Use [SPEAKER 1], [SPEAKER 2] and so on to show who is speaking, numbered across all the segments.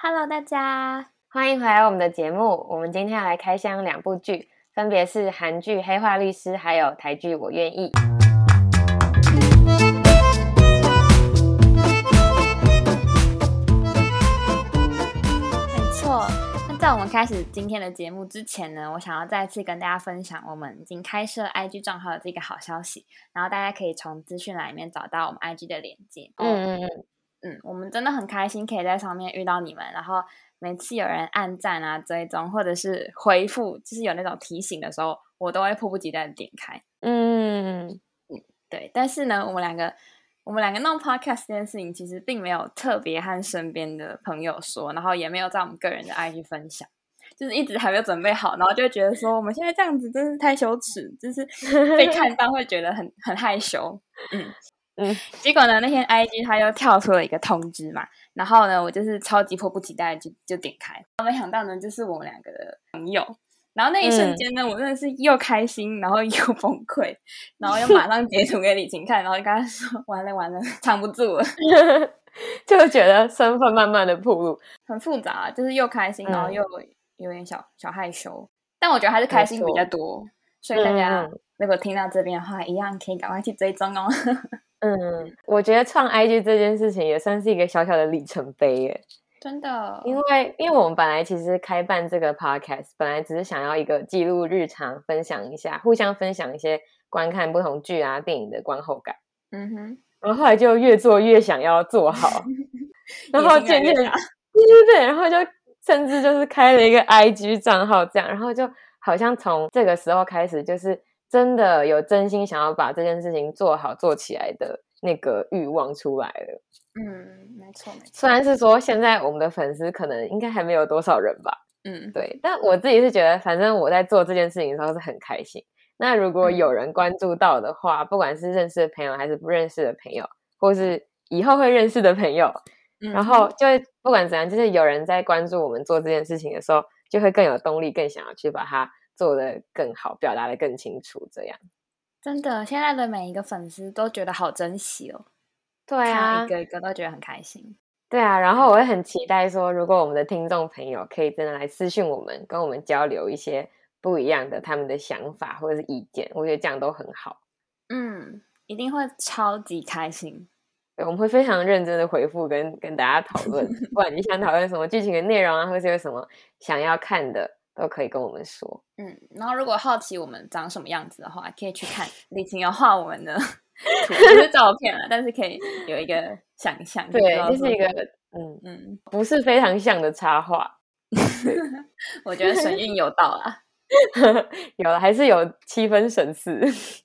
[SPEAKER 1] Hello， 大家
[SPEAKER 2] 欢迎回来我们的节目。我们今天要来开箱两部剧，分别是韩剧《黑化律师》还有台剧《我愿意》。
[SPEAKER 1] 没错。那在我们开始今天的节目之前呢，我想要再次跟大家分享我们已经开设 IG 账号的这个好消息，然后大家可以从资讯栏里面找到我们 IG 的连结。我们真的很开心可以在上面遇到你们，然后每次有人按赞啊、追踪或者是回复，就是有那种提醒的时候，我都会迫不及待的点开。对。但是呢，我们两个弄 podcast 这件事情，其实并没有特别和身边的朋友说，然后也没有在我们个人的 IG 分享，就是一直还没有准备好，然后就会觉得说我们现在这样子真是太羞耻，就是被看到会觉得很害羞。结果呢，那天 IG 它又跳出了一个通知嘛，然后呢，我就是超级迫不及待就点开，然后没想到呢，就是我们两个的朋友，然后那一瞬间呢，我真的是又开心，然后又崩溃，然后又马上截图给李晴看，然后就跟他说完了，藏不住了，
[SPEAKER 2] 就觉得身份慢慢的暴露，
[SPEAKER 1] 很复杂，就是又开心，然后又有点小害羞，但我觉得还是开心比较多，所以大家如果听到这边的话，一样可以赶快去追踪哦。
[SPEAKER 2] 我觉得创 IG 这件事情也算是一个小小的里程碑耶，
[SPEAKER 1] 真的，
[SPEAKER 2] 因为我们本来其实开办这个 podcast 本来只是想要一个记录日常，分享一下，互相分享一些观看不同剧啊电影的观后感。然后后来就越做越想要做好，然后渐渐对，然后就甚至就是开了一个 IG 账号这样，然后就好像从这个时候开始，就是真的有真心想要把这件事情做好做起来的那个欲望出来了。
[SPEAKER 1] 没错。
[SPEAKER 2] 虽然是说现在我们的粉丝可能应该还没有多少人吧，对，但我自己是觉得反正我在做这件事情的时候是很开心。那如果有人关注到的话，不管是认识的朋友还是不认识的朋友，或是以后会认识的朋友，然后就会不管怎样，就是有人在关注我们做这件事情的时候，就会更有动力，更想要去把它做得更好，表达得更清楚这样。
[SPEAKER 1] 真的，现在的每一个粉丝都觉得好珍惜哦。
[SPEAKER 2] 对啊，
[SPEAKER 1] 看一个一个都觉得很开心。
[SPEAKER 2] 对啊，然后我会很期待说，如果我们的听众朋友可以真的来私讯我们，跟我们交流一些不一样的他们的想法或者是意见，我觉得这样都很好。
[SPEAKER 1] 一定会超级开心。
[SPEAKER 2] 对，我们会非常认真的回复跟大家讨论，不管你想讨论什么剧情的内容啊，或是有什么想要看的，都可以跟我们说。
[SPEAKER 1] 然后如果好奇我们长什么样子的话，可以去看李晴有画我们的图，不是照片了，但是可以有一个想象。
[SPEAKER 2] 对，就是一个不是非常像的插画。
[SPEAKER 1] 我觉得神韵有道啦。
[SPEAKER 2] 有了，还是有7分神似。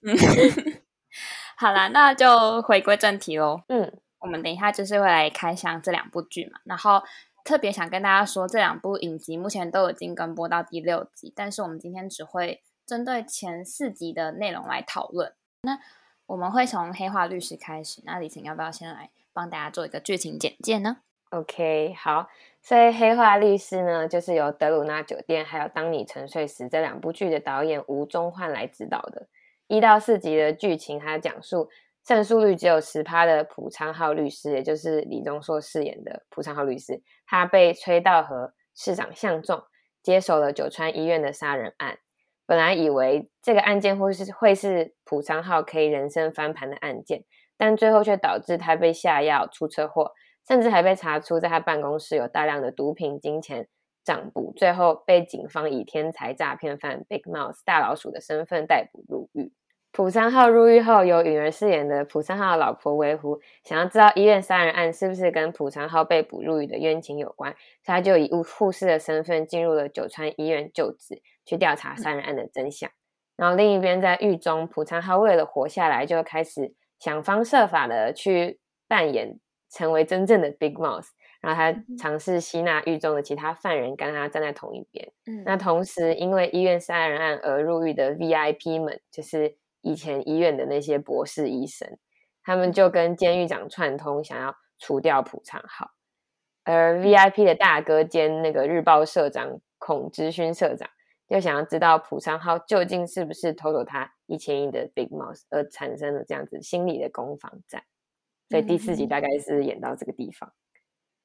[SPEAKER 1] 好啦，那就回归正题咯。我们等一下就是会来开箱这两部剧嘛，然后特别想跟大家说，这两部影集目前都已经跟播到第6集，但是我们今天只会针对前4集的内容来讨论。那我们会从黑化律师开始，那李晴要不要先来帮大家做一个剧情简介呢？
[SPEAKER 2] OK， 好，所以黑化律师呢，就是由德鲁纳酒店还有当你沉睡时这两部剧的导演吴宗焕来指导的。1到4集的剧情，还有讲述胜诉率只有 10% 的朴昌浩律师，也就是李钟硕饰演的朴昌浩律师，他被崔道和市长相中，接手了九川医院的杀人案。本来以为这个案件会是朴昌浩可以人生翻盘的案件，但最后却导致他被下药出车祸，甚至还被查出在他办公室有大量的毒品、金钱账簿，最后被警方以天才诈骗犯 Big Mouse 大老鼠的身份逮捕入狱。朴昌浩入狱后，由允儿饰演的朴昌浩的老婆维胡想要知道医院杀人案是不是跟朴昌浩被捕入狱的冤情有关，所以他就以护士的身份进入了九川医院就职，去调查杀人案的真相。然后另一边在狱中，朴昌浩为了活下来，就开始想方设法的去扮演成为真正的 Big Mouse， 然后他尝试吸纳狱中的其他犯人跟他站在同一边。那同时因为医院杀人案而入狱的 VIP 们，就是以前医院的那些博士医生，他们就跟监狱长串通，想要除掉朴昌浩。而 VIP 的大哥兼那个日报社长孔之勋社长就想要知道朴昌浩究竟是不是偷走他1000亿的 Big Mouse， 而产生了这样子心理的攻防战。所以第4集大概是演到这个地方。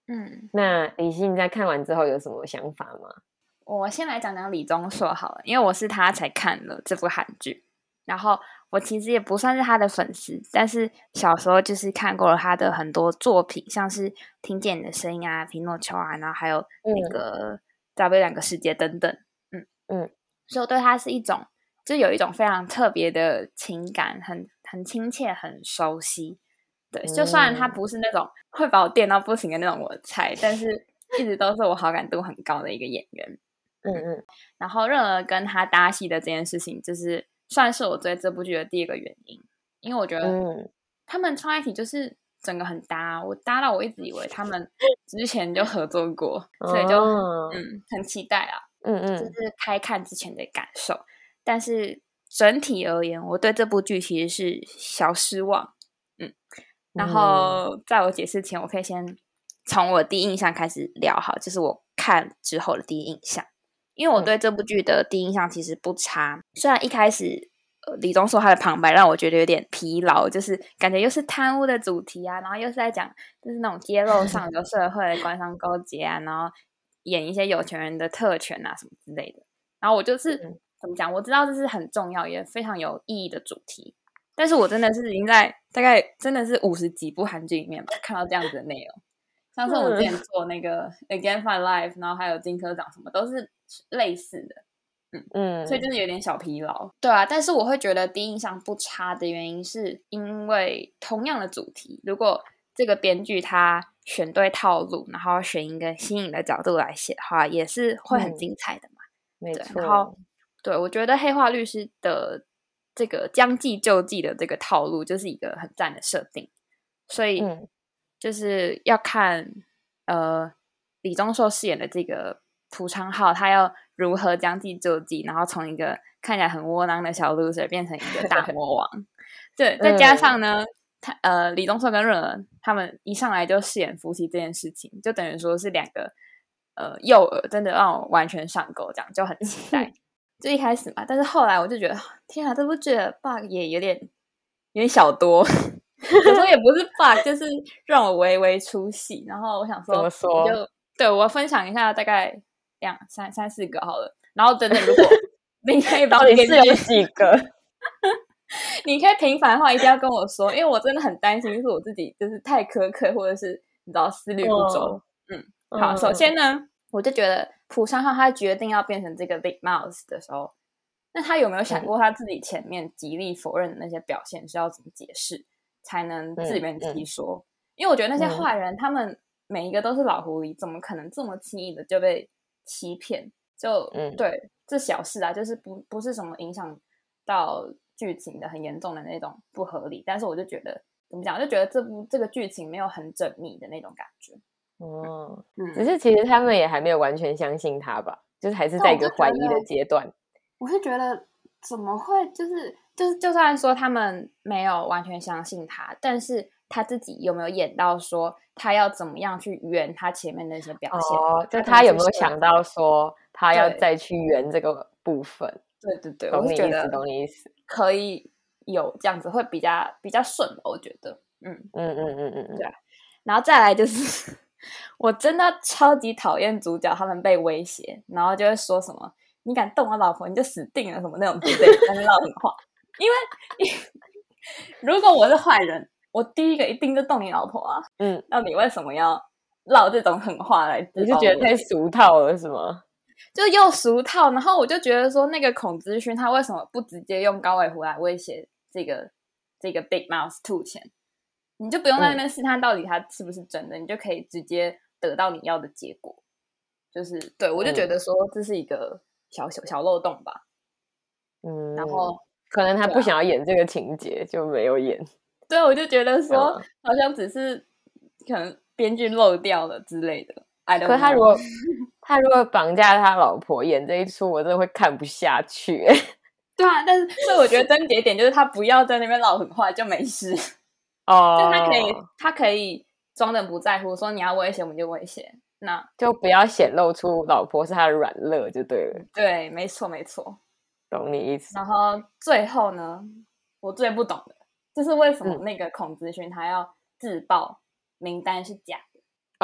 [SPEAKER 2] 那李希你在看完之后有什么想法吗？
[SPEAKER 1] 我先来讲讲李钟硕好了，因为我是他才看了这部韩剧，然后我其实也不算是他的粉丝，但是小时候就是看过了他的很多作品，像是听见你的声音啊、匹诺丘啊，然后还有那个W 两个世界等等，所以我对他是就有一种非常特别的情感，很亲切，很熟悉。对，就虽然他不是那种会把我电到不行的那种我猜，但是一直都是我好感度很高的一个演员。然后任儿跟他搭戏的这件事情，就是算是我追这部剧的第一个原因，因为我觉得他们创在一起就是整个很搭，我搭到我一直以为他们之前就合作过，所以就很期待啊，这是开看之前的感受。但是整体而言，我对这部剧其实是小失望，然后在我解释前，我可以先从我第一印象开始聊好，就是我看之后的第一印象。因为我对这部剧的第一印象其实不差，虽然一开始李钟硕他的旁白让我觉得有点疲劳，就是感觉又是贪污的主题啊，然后又是在讲就是那种揭露上流社会的官商勾结啊，然后演一些有钱人的特权啊什么之类的。然后我就是怎么讲，我知道这是很重要也非常有意义的主题，但是我真的是已经在大概真的是50几部韩剧里面看到这样子的内容。像是我之前做那个 Against My Life， 然后还有金科长什么都是类似的，所以就是有点小疲劳。对啊，但是我会觉得第一印象不差的原因是因为同样的主题，如果这个编剧他选对套路，然后选一个新颖的角度来写的话，也是会很精彩的嘛。
[SPEAKER 2] 没错。
[SPEAKER 1] 然后对，我觉得黑化律师的这个将计就计的这个套路就是一个很赞的设定，所以就是要看李钟硕饰演的这个朴昌浩他要如何将计就计，然后从一个看起来很窝囊的小 loser 变成一个大魔王。对，再加上呢李钟硕跟润儿他们一上来就饰演夫妻这件事情，就等于说是两个诱饵，真的让我完全上钩，这样就很期待。就一开始嘛，但是后来我就觉得天啊，这部剧的 bug 也有点小多。有时候也不是 bug， 就是让我微微出戏。然后我想说，
[SPEAKER 2] 怎么说？
[SPEAKER 1] 就对我分享一下，大概三四个好了。然后真的，如果你可以
[SPEAKER 2] 到底是有几个？
[SPEAKER 1] 你可以平反的话，一定要跟我说，因为我真的很担心是我自己就是太苛刻，或者是你知道思虑不周。好，首先呢，我就觉得朴昌浩他决定要变成这个 Big Mouse 的时候，那他有没有想过他自己前面极力否认的那些表现是要怎么解释？才能自圆其说，因为我觉得那些坏人，他们每一个都是老狐狸，怎么可能这么轻易的就被欺骗？就对，这小事啊，就是不是什么影响到剧情的很严重的那种不合理。但是我就觉得怎么讲，就觉得这个剧情没有很缜密的那种感觉。
[SPEAKER 2] 只是其实他们也还没有完全相信他吧，就是还是在一个怀疑的阶段。
[SPEAKER 1] 我是觉得怎么会就算说他们没有完全相信他，但是他自己有没有演到说他要怎么样去圆他前面那些表现？
[SPEAKER 2] 就他有没有想到说他要再去圆这个部分？
[SPEAKER 1] 对，我是觉得
[SPEAKER 2] 懂你意思，
[SPEAKER 1] 可以有这样子会比较顺吧，我觉得，对。然后再来就是我真的超级讨厌主角他们被威胁，然后就会说什么你敢动我老婆你就死定了什么那种之类的，但是闹狠话。因为如果我是坏人，我第一个一定就动你老婆啊。那你为什么要唠这种狠话来？
[SPEAKER 2] 你是觉得太俗套了是吗？
[SPEAKER 1] 就又俗套，然后我就觉得说，那个孔之勋他为什么不直接用高尾狐来威胁这个 Big Mouse 吐钱？你就不用在那边试探到底他是不是真的，你就可以直接得到你要的结果。就是对我就觉得说这是一个小漏洞吧。然后
[SPEAKER 2] 可能他不想要演这个情节，就没有演。
[SPEAKER 1] 对，我就觉得说好像只是可能编剧漏掉了之类的。
[SPEAKER 2] 可是他如果绑架他老婆演这一出，我真的会看不下去。
[SPEAKER 1] 对啊，但是所以我觉得症结点就是他不要在那边唠狠话就没事。就他可以装的不在乎，说你要威胁我们就威胁，那
[SPEAKER 2] 就不要显露出老婆是他的软肋就对了。
[SPEAKER 1] 对，没错，
[SPEAKER 2] 懂你意思。
[SPEAKER 1] 然后最后呢，我最不懂的就是为什么那个孔之勋他要自曝名单是假的。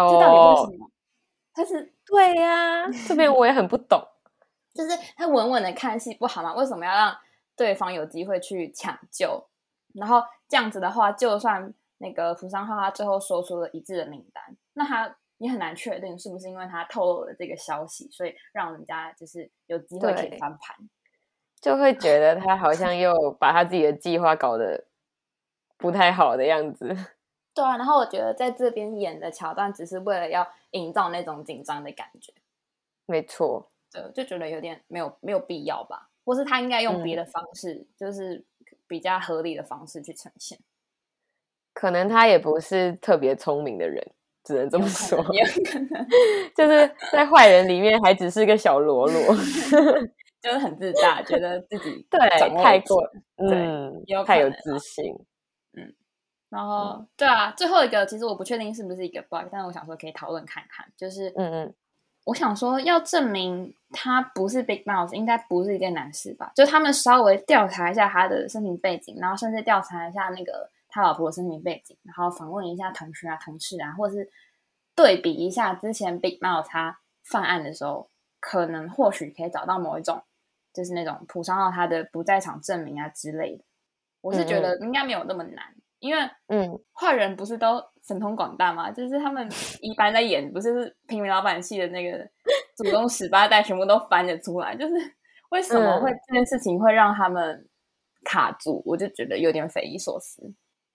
[SPEAKER 1] 这到底为什么？他是
[SPEAKER 2] 对呀，这边我也很不懂，
[SPEAKER 1] 就是他稳稳的看戏不好吗？为什么要让对方有机会去抢救？然后这样子的话，就算那个朴商浩他最后说出了一致的名单，那他你很难确定是不是因为他透露了这个消息，所以让人家就是有机会可以翻盘，
[SPEAKER 2] 就会觉得他好像又把他自己的计划搞得不太好的样子。
[SPEAKER 1] 对啊，然后我觉得在这边演的桥段只是为了要营造那种紧张的感觉，
[SPEAKER 2] 没错，
[SPEAKER 1] 对，就觉得有点没有必要吧，或是他应该用别的方式，就是比较合理的方式去呈现。
[SPEAKER 2] 可能他也不是特别聪明的人，只能这么说，
[SPEAKER 1] 也有可能
[SPEAKER 2] 就是在坏人里面还只是个小喽啰，
[SPEAKER 1] 就是很自大，觉得自己
[SPEAKER 2] 对，
[SPEAKER 1] 掌握
[SPEAKER 2] 太过，太有自信，
[SPEAKER 1] 然后对啊，最后一个其实我不确定是不是一个 bug，但是我想说可以讨论看看，就是我想说要证明他不是 Big Mouth， 应该不是一件难事吧？就他们稍微调查一下他的生平背景，然后甚至调查一下那个他老婆的生平背景，然后访问一下同学啊、同事啊，或者是对比一下之前 Big Mouth 他犯案的时候，可能或许可以找到某一种就是那种朴商浩他的不在场证明啊之类的。我是觉得应该没有那么难，因为坏人不是都神通广大嘛，就是他们一般在演不是平民老百姓的那个祖宗18代全部都翻得出来，就是为什么会这件事情会让他们卡住，我就觉得有点匪夷所思。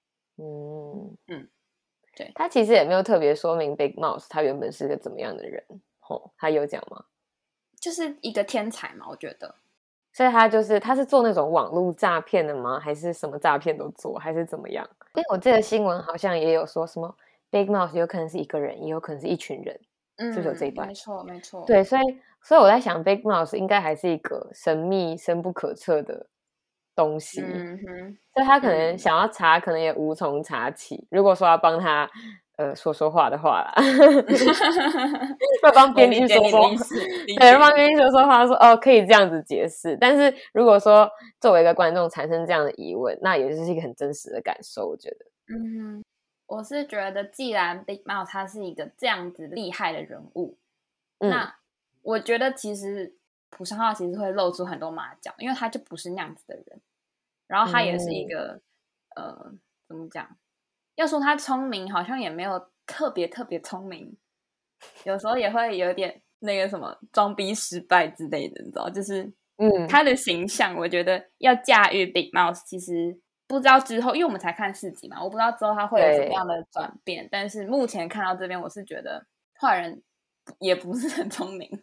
[SPEAKER 1] 对，
[SPEAKER 2] 他其实也没有特别说明 Big Mouth 他原本是个怎么样的人，他有讲吗？
[SPEAKER 1] 就是一个天才嘛，我觉得。
[SPEAKER 2] 所以他是做那种网络诈骗的吗？还是什么诈骗都做，还是怎么样？因为我记得新闻好像也有说什么 Big Mouth 有可能是一个人，也有可能是一群人，是不是有这一段？
[SPEAKER 1] 没错没错。
[SPEAKER 2] 对，所以我在想 Big Mouth 应该还是一个神秘深不可测的东西，所以他可能想要查，可能也无从查起。如果说要帮他说话的话啦，会帮编剧说说，对，帮编剧说话，说可以这样子解释。但是如果说作为一个观众产生这样的疑问，那也就是一个很真实的感受，我觉得。
[SPEAKER 1] 我是觉得既然 Big Mouth 他是一个这样子厉害的人物，那我觉得其实朴商浩其实会露出很多马脚，因为他就不是那样子的人，然后他也是一个怎么讲，要说他聪明好像也没有特别聪明，有时候也会有点那个什么装逼失败之类的，你知道，就是他的形象我觉得要驾驭 Big Mouth 其实不知道之后，因为我们才看4集嘛，我不知道之后他会有什么样的转变，但是目前看到这边我是觉得坏人也不是很聪明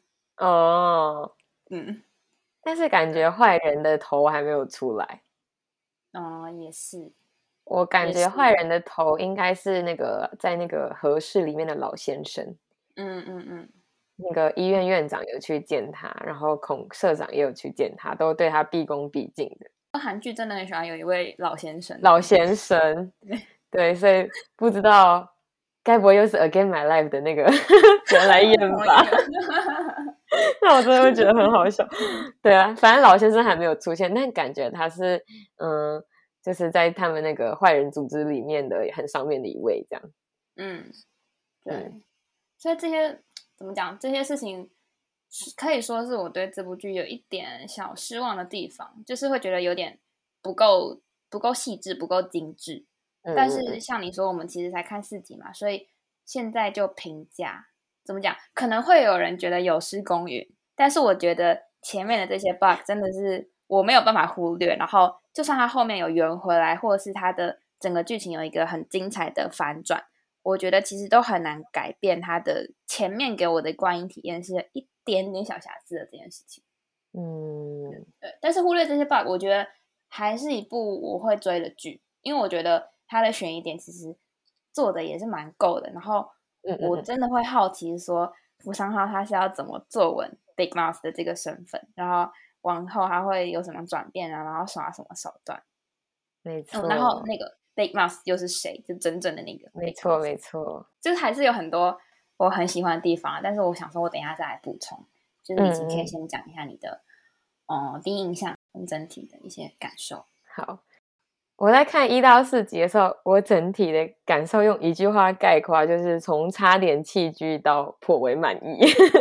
[SPEAKER 2] 但是感觉坏人的头还没有出来
[SPEAKER 1] 也是，
[SPEAKER 2] 我感觉坏人的头应该是那个在那个和室里面的老先生那个医院院长有去见他，然后孔社长也有去见他，都对他毕恭毕敬的。
[SPEAKER 1] 韩剧真的很喜欢有一位老先生，
[SPEAKER 2] 对，所以不知道该不会又是 Again My Life 的那个人来演吧？那我真的会觉得很好笑。对啊，反正老先生还没有出现，但感觉他是就是在他们那个坏人组织里面的很上面的一位这样。
[SPEAKER 1] 对，所以这些怎么讲？这些事情可以说是我对这部剧有一点小失望的地方，就是会觉得有点不够细致，不够精致。但是像你说，我们其实才看4集嘛，所以现在就评价怎么讲？可能会有人觉得有失公允，但是我觉得前面的这些 bug 真的是我没有办法忽略。然后，就算他后面有圆回来，或者是他的整个剧情有一个很精彩的反转，我觉得其实都很难改变他的前面给我的观影体验是一点点小瑕疵的这件事情。对。但是忽略这些 bug， 我觉得还是一部我会追的剧，因为我觉得他的悬疑点其实做的也是蛮够的。然后我真的会好奇说，朴商浩他是要怎么坐稳 Big Mouth 的这个身份，然后往后他会有什么转变啊，然后耍什么手段。
[SPEAKER 2] 没错。
[SPEAKER 1] 然后那个 Big Mouth 又是谁？就真正的那个。
[SPEAKER 2] 没错。
[SPEAKER 1] 就是还是有很多我很喜欢的地方，但是我想说，我等一下再来补充。就是你可以先讲一下你的第一印象跟整体的一些感受。
[SPEAKER 2] 好， 我在看1到4集的时候，我整体的感受用一句话概括，就是从差点弃剧到颇为满意。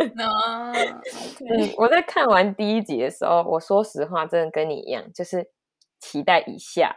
[SPEAKER 1] OK
[SPEAKER 2] 我在看完第1集的时候，我说实话，真的跟你一样，就是期待以下。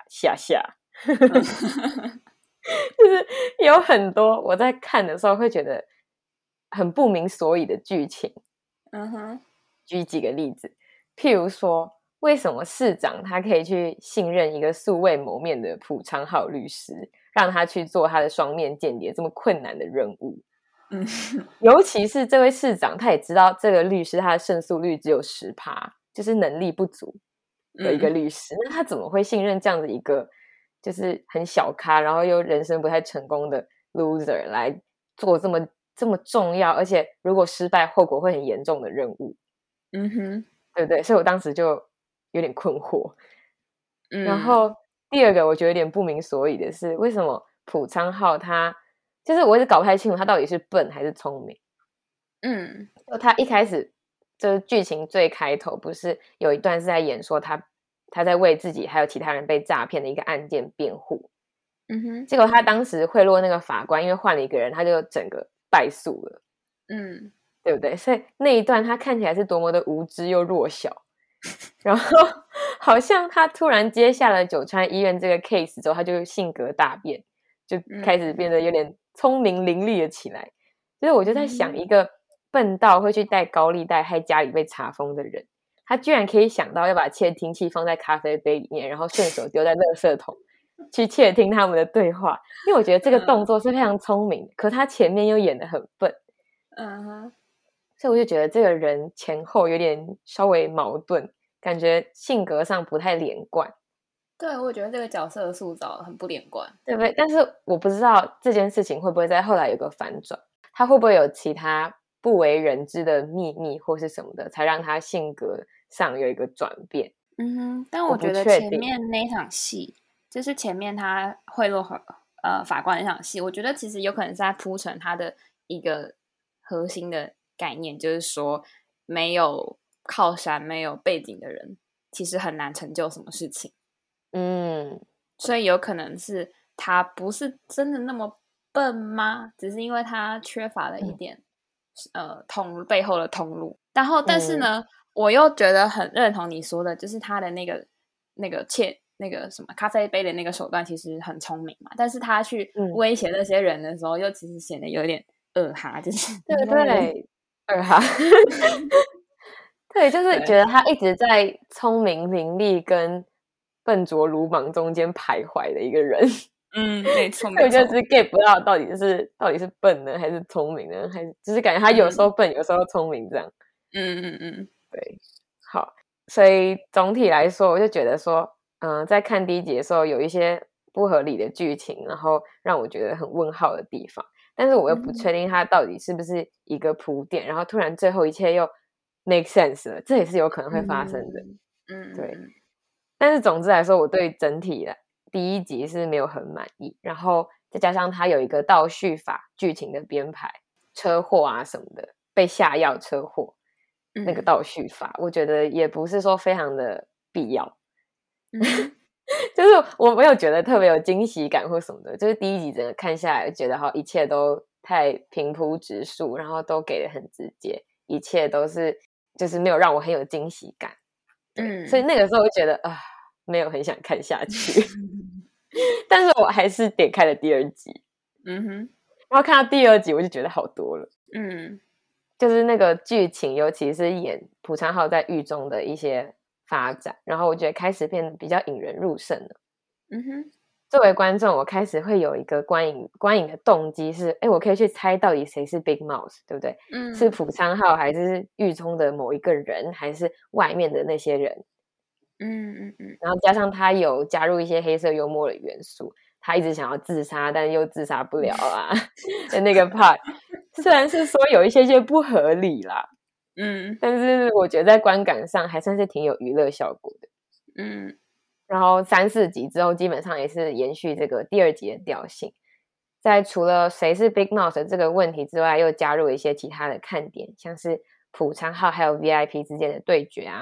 [SPEAKER 2] 就是有很多我在看的时候会觉得很不明所以的剧情。举几个例子，譬如说，为什么市长他可以去信任一个素未谋面的朴昌浩律师，让他去做他的双面间谍这么困难的任务？尤其是这位市长，他也知道这个律师他的胜诉率只有10%，就是能力不足的一个律师。那他怎么会信任这样的一个就是很小咖，然后又人生不太成功的 loser 来做这么重要，而且如果失败后果会很严重的任务？对不对？所以我当时就有点困惑。然后第二个我觉得有点不明所以的是，为什么朴昌浩他就是我一直搞不太清楚他到底是笨还是聪明。就他一开始就是剧情最开头不是有一段是在演说他在为自己还有其他人被诈骗的一个案件辩护。结果他当时贿赂那个法官，因为换了一个人，他就整个败诉了。对不对？所以那一段他看起来是多么的无知又弱小，然后好像他突然接下了九川医院这个 case 之后，他就性格大变，就开始变得有点聪明伶俐了起来。就是我就在想，一个笨到会去带高利贷害家里被查封的人，他居然可以想到要把窃听器放在咖啡杯里面，然后顺手丢在垃圾桶去窃听他们的对话。因为我觉得这个动作是非常聪明的，可他前面又演得很笨。所以我就觉得这个人前后有点稍微矛盾，感觉性格上不太连贯。
[SPEAKER 1] 对，我觉得这个角色的塑造很不连贯，
[SPEAKER 2] 对不对？但是我不知道这件事情会不会在后来有个反转，他会不会有其他不为人知的秘密或是什么的，才让他性格上有一个转变。
[SPEAKER 1] 但我觉得前面那场戏，就是前面他贿赂法官那场戏，我觉得其实有可能是在铺陈他的一个核心的概念，就是说没有靠山、没有背景的人，其实很难成就什么事情。所以有可能是他不是真的那么笨吗？只是因为他缺乏了一点背后的通路。但是呢，我又觉得很认同你说的，就是他的那个什么咖啡杯的那个手段其实很聪明嘛，但是他去威胁那些人的时候，又其实显得有点二哈，就是
[SPEAKER 2] 对对二哈。对，就是觉得他一直在聪明伶俐跟笨拙鲁莽中间徘徊的一个人。
[SPEAKER 1] 没错，
[SPEAKER 2] 我就是 get 不到到底是笨呢，还是聪明呢，还是就是感觉他有时候笨，有时候聪明这样。对，好，所以总体来说，我就觉得说，在看第1集的时候，有一些不合理的剧情，然后让我觉得很问号的地方，但是我又不确定它到底是不是一个铺垫，然后突然最后一切又 make sense 了，这也是有可能会发生的。对。但是总之来说，我对整体的第1集是没有很满意，然后再加上它有一个倒叙法剧情的编排，车祸啊什么的，被下药车祸那个倒叙法，我觉得也不是说非常的必要。就是我没有觉得特别有惊喜感或什么的，就是第1集整个看下来，觉得一切都太平铺直述，然后都给的很直接，一切都是就是没有让我很有惊喜感。所以那个时候我就觉得没有很想看下去。但是我还是点开了第2集。然后看到第2集我就觉得好多了。就是那个剧情，尤其是演朴昌浩在狱中的一些发展，然后我觉得开始变得比较引人入胜了。作为观众，我开始会有一个观影的动机是，我可以去猜到底谁是 Big Mouse， 对不对？是朴昌浩，还是狱中的某一个人，还是外面的那些人？然后加上他有加入一些黑色幽默的元素，他一直想要自杀，但又自杀不了啊的那个 part， 虽然是说有一些不合理啦，但是我觉得在观感上还算是挺有娱乐效果的。然后3、4集之后，基本上也是延续这个第2集的调性。在除了谁是 Big Mouse 的这个问题之外，又加入一些其他的看点，像是朴昌浩还有 VIP 之间的对决啊，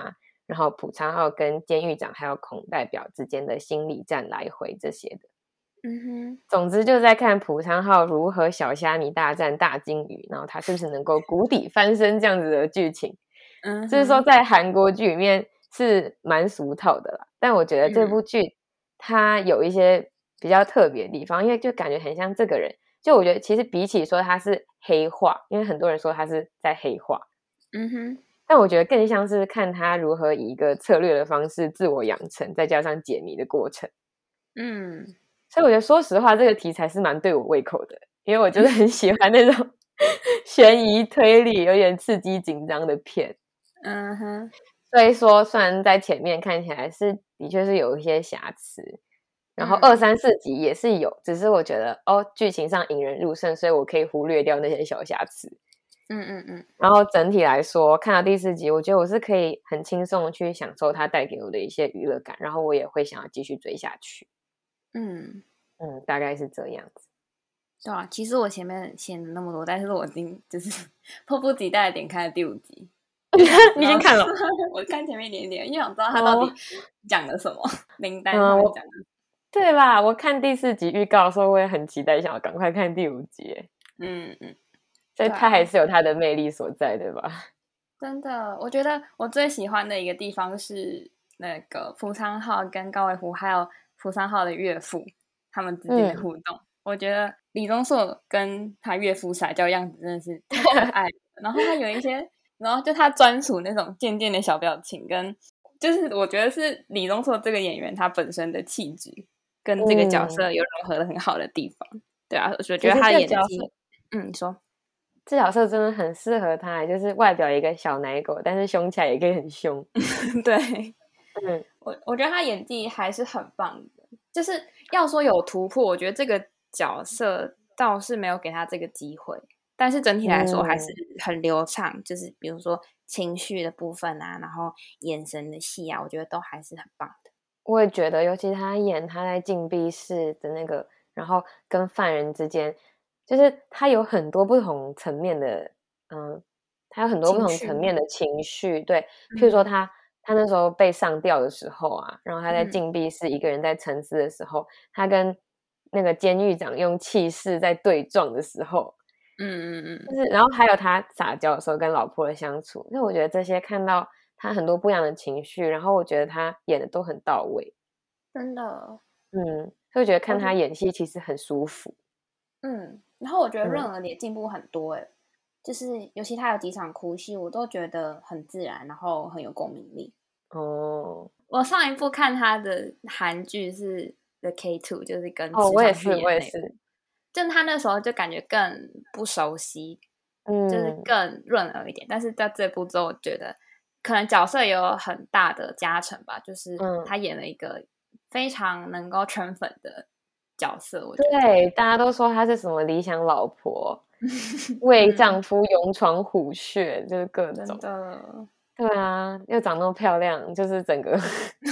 [SPEAKER 2] 然后朴昌浩跟监狱长还有孔代表之间的心理战来回这些的。总之就在看朴昌浩如何小虾米大战大金鱼，然后他是不是能够谷底翻身这样子的剧情。就是说在韩国剧里面是蛮俗套的啦，但我觉得这部剧它有一些比较特别的地方，因为就感觉很像这个人，就我觉得其实比起说他是黑化，因为很多人说他是在黑化，但我觉得更像是看他如何以一个策略的方式自我养成，再加上解谜的过程。所以我觉得说实话这个题材是蛮对我胃口的，因为我就是很喜欢那种悬疑推理有点刺激紧张的片。所以说虽然在前面看起来是的确是有一些瑕疵，然后2、3、4集也是有，只是我觉得剧情上引人入胜，所以我可以忽略掉那些小瑕疵。然后整体来说看到第4集，我觉得我是可以很轻松的去享受它带给我的一些娱乐感，然后我也会想要继续追下去。大概是这样子。
[SPEAKER 1] 对啊，其实我前面写了那么多，但是我已经就是迫不及待的点开了第5集。
[SPEAKER 2] 你已经看了？
[SPEAKER 1] 我看前面一点点，因为想知道他到底讲了什么，名单上面讲的。
[SPEAKER 2] 对啦，我看第4集预告的时候，我也很期待，想要赶快看第5集。所以他还是有他的魅力所在，对吧？
[SPEAKER 1] 真的，我觉得我最喜欢的一个地方是那个朴昌浩跟高伟湖，还有朴昌浩的岳父他们之间的互动。我觉得李钟硕跟他岳父撒娇样子真的是太可爱了。然后他有一些，然后就他专属那种渐渐的小表情，跟就是我觉得是李钟硕这个演员他本身的气质跟这个角色有融合的很好的地方。对啊，我觉得他演技，你说。
[SPEAKER 2] 这角色真的很适合他，就是外表一个小奶狗，但是凶起来也可以很凶。
[SPEAKER 1] 对，我觉得他演技还是很棒的，就是要说有突破，我觉得这个角色倒是没有给他这个机会，但是整体来说还是很流畅，就是比如说情绪的部分啊，然后眼神的戏啊，我觉得都还是很棒的。
[SPEAKER 2] 我也觉得，尤其他演他在禁闭室的那个，然后跟犯人之间，就是他有很多不同层面的，他有很多不同层面的情绪。对，譬如说他那时候被上吊的时候啊，然后他在禁闭室一个人在沉思的时候，他跟那个监狱长用气势在对撞的时候，就是然后还有他撒娇的时候跟老婆的相处，那我觉得这些看到他很多不一样的情绪，然后我觉得他演的都很到位，
[SPEAKER 1] 真的，
[SPEAKER 2] 会觉得看他演戏其实很舒服。
[SPEAKER 1] 然后我觉得润儿也进步很多就是尤其他有几场哭戏，我都觉得很自然，然后很有共鸣力。我上一部看他的韩剧是 The K2， 就是跟
[SPEAKER 2] 我也是，
[SPEAKER 1] 就他那时候就感觉更不熟悉，就是更润儿一点。但是在这部之后，我觉得可能角色也有很大的加成吧，就是他演了一个非常能够圈粉的角色。我觉得
[SPEAKER 2] 对，大家都说他是什么理想老婆，为丈夫勇闯虎穴，就是各种。
[SPEAKER 1] 真的，
[SPEAKER 2] 对啊，又长那么漂亮，就是整个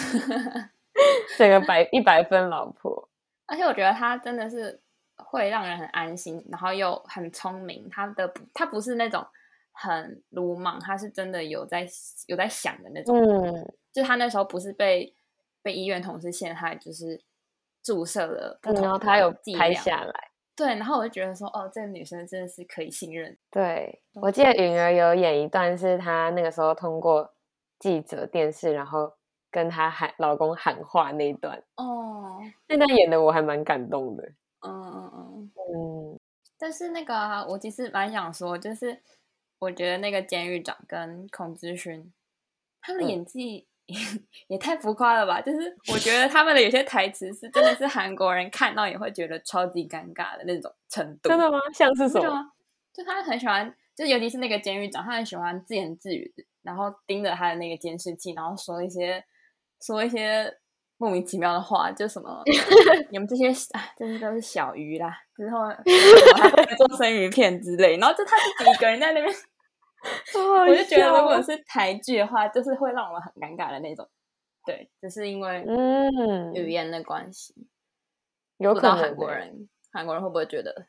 [SPEAKER 2] 100分老婆。
[SPEAKER 1] 而且我觉得他真的是会让人很安心，然后又很聪明。他不是那种很鲁莽，他是真的有在想的那种。就他那时候不是被医院同事陷害，就是注射了不同的
[SPEAKER 2] 然后他有拍下来。
[SPEAKER 1] 对，然后我就觉得说，这个女生真的是可以信任。
[SPEAKER 2] 对，我记得允儿有演一段是她那个时候通过记者电视，然后跟她老公喊话那一段。那段演的我还蛮感动的。
[SPEAKER 1] 但是那个我其实蛮想说，就是我觉得那个监狱长跟孔之勋他们的演技也太浮夸了吧，就是我觉得他们的有些台词是真的是韩国人看到也会觉得超级尴尬的那种程度。
[SPEAKER 2] 真的吗？像是什么？
[SPEAKER 1] 就他很喜欢，就尤其是那个监狱长，他很喜欢自言自语，然后盯着他的那个监视器，然后说一些莫名其妙的话，就什么你们这些这些都是小鱼啦，之后还做生鱼片之类，然后就他自己一个人在那边我就觉得如果是台剧的话，就是会让我们很尴尬的那种。对，只是因为语言的关系，
[SPEAKER 2] 有可能
[SPEAKER 1] 韩国人会不会觉得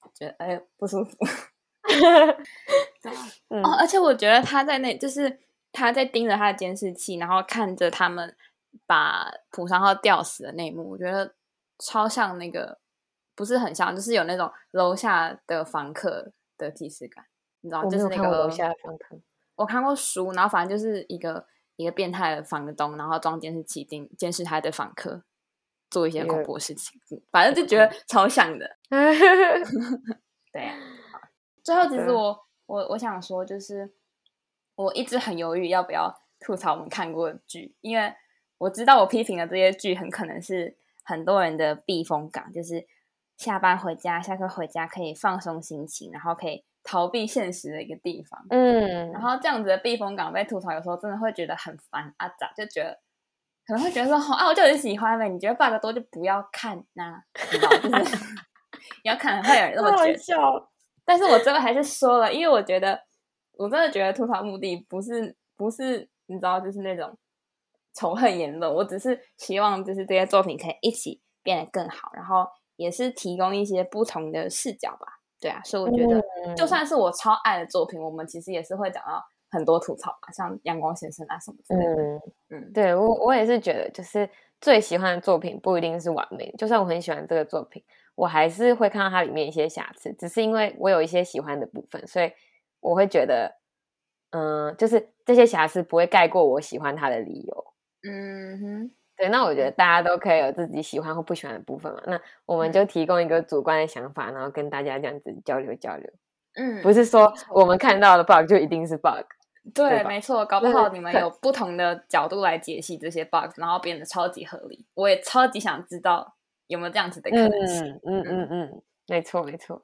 [SPEAKER 1] 不舒服？而且我觉得他在就是他在盯着他的监视器，然后看着他们把朴商浩吊死的那一幕，我觉得超像那个，不是很像，就是有那种楼下的房客的既视感，你知道，
[SPEAKER 2] 我
[SPEAKER 1] 就是那
[SPEAKER 2] 没有看过楼
[SPEAKER 1] 个
[SPEAKER 2] 下的房客。
[SPEAKER 1] 我看过书，然后反正就是一个变态的房东，然后装监视器监视他的房客做一些恐怖的事情，反正就觉得超像的。对啊，最后其实我想说，就是我一直很犹豫要不要吐槽我们看过的剧，因为我知道我批评的这些剧很可能是很多人的避风港，就是下班回家、下课回家可以放松心情，然后可以逃避现实的一个地方。然后这样子的避风港被吐槽，有时候真的会觉得很烦啊，咋就觉得可能会觉得说，我就很喜欢呗，你觉得 bug 多就不要看呐，你知道，就是你要看会有人这么觉得。但是我最后还是说了，因为我觉得我真的觉得吐槽目的不是你知道，就是那种仇恨言论，我只是希望就是这些作品可以一起变得更好，然后也是提供一些不同的视角吧。对啊，所以我觉得就算是我超爱的作品，我们其实也是会讲到很多吐槽吧，像阳光先生啊什么之类的。
[SPEAKER 2] 对，我也是觉得，就是最喜欢的作品不一定是完美的，就算我很喜欢这个作品，我还是会看到它里面一些瑕疵，只是因为我有一些喜欢的部分，所以我会觉得就是这些瑕疵不会盖过我喜欢它的理由。对，那我觉得大家都可以有自己喜欢或不喜欢的部分嘛，那我们就提供一个主观的想法，然后跟大家这样子交流交流。不是说我们看到的 bug 就一定是 bug。
[SPEAKER 1] 对，没错，搞不好你们有不同的角度来解析这些 bug， 然后变得超级合理。我也超级想知道有没有这样子的可能性。
[SPEAKER 2] 没错没错。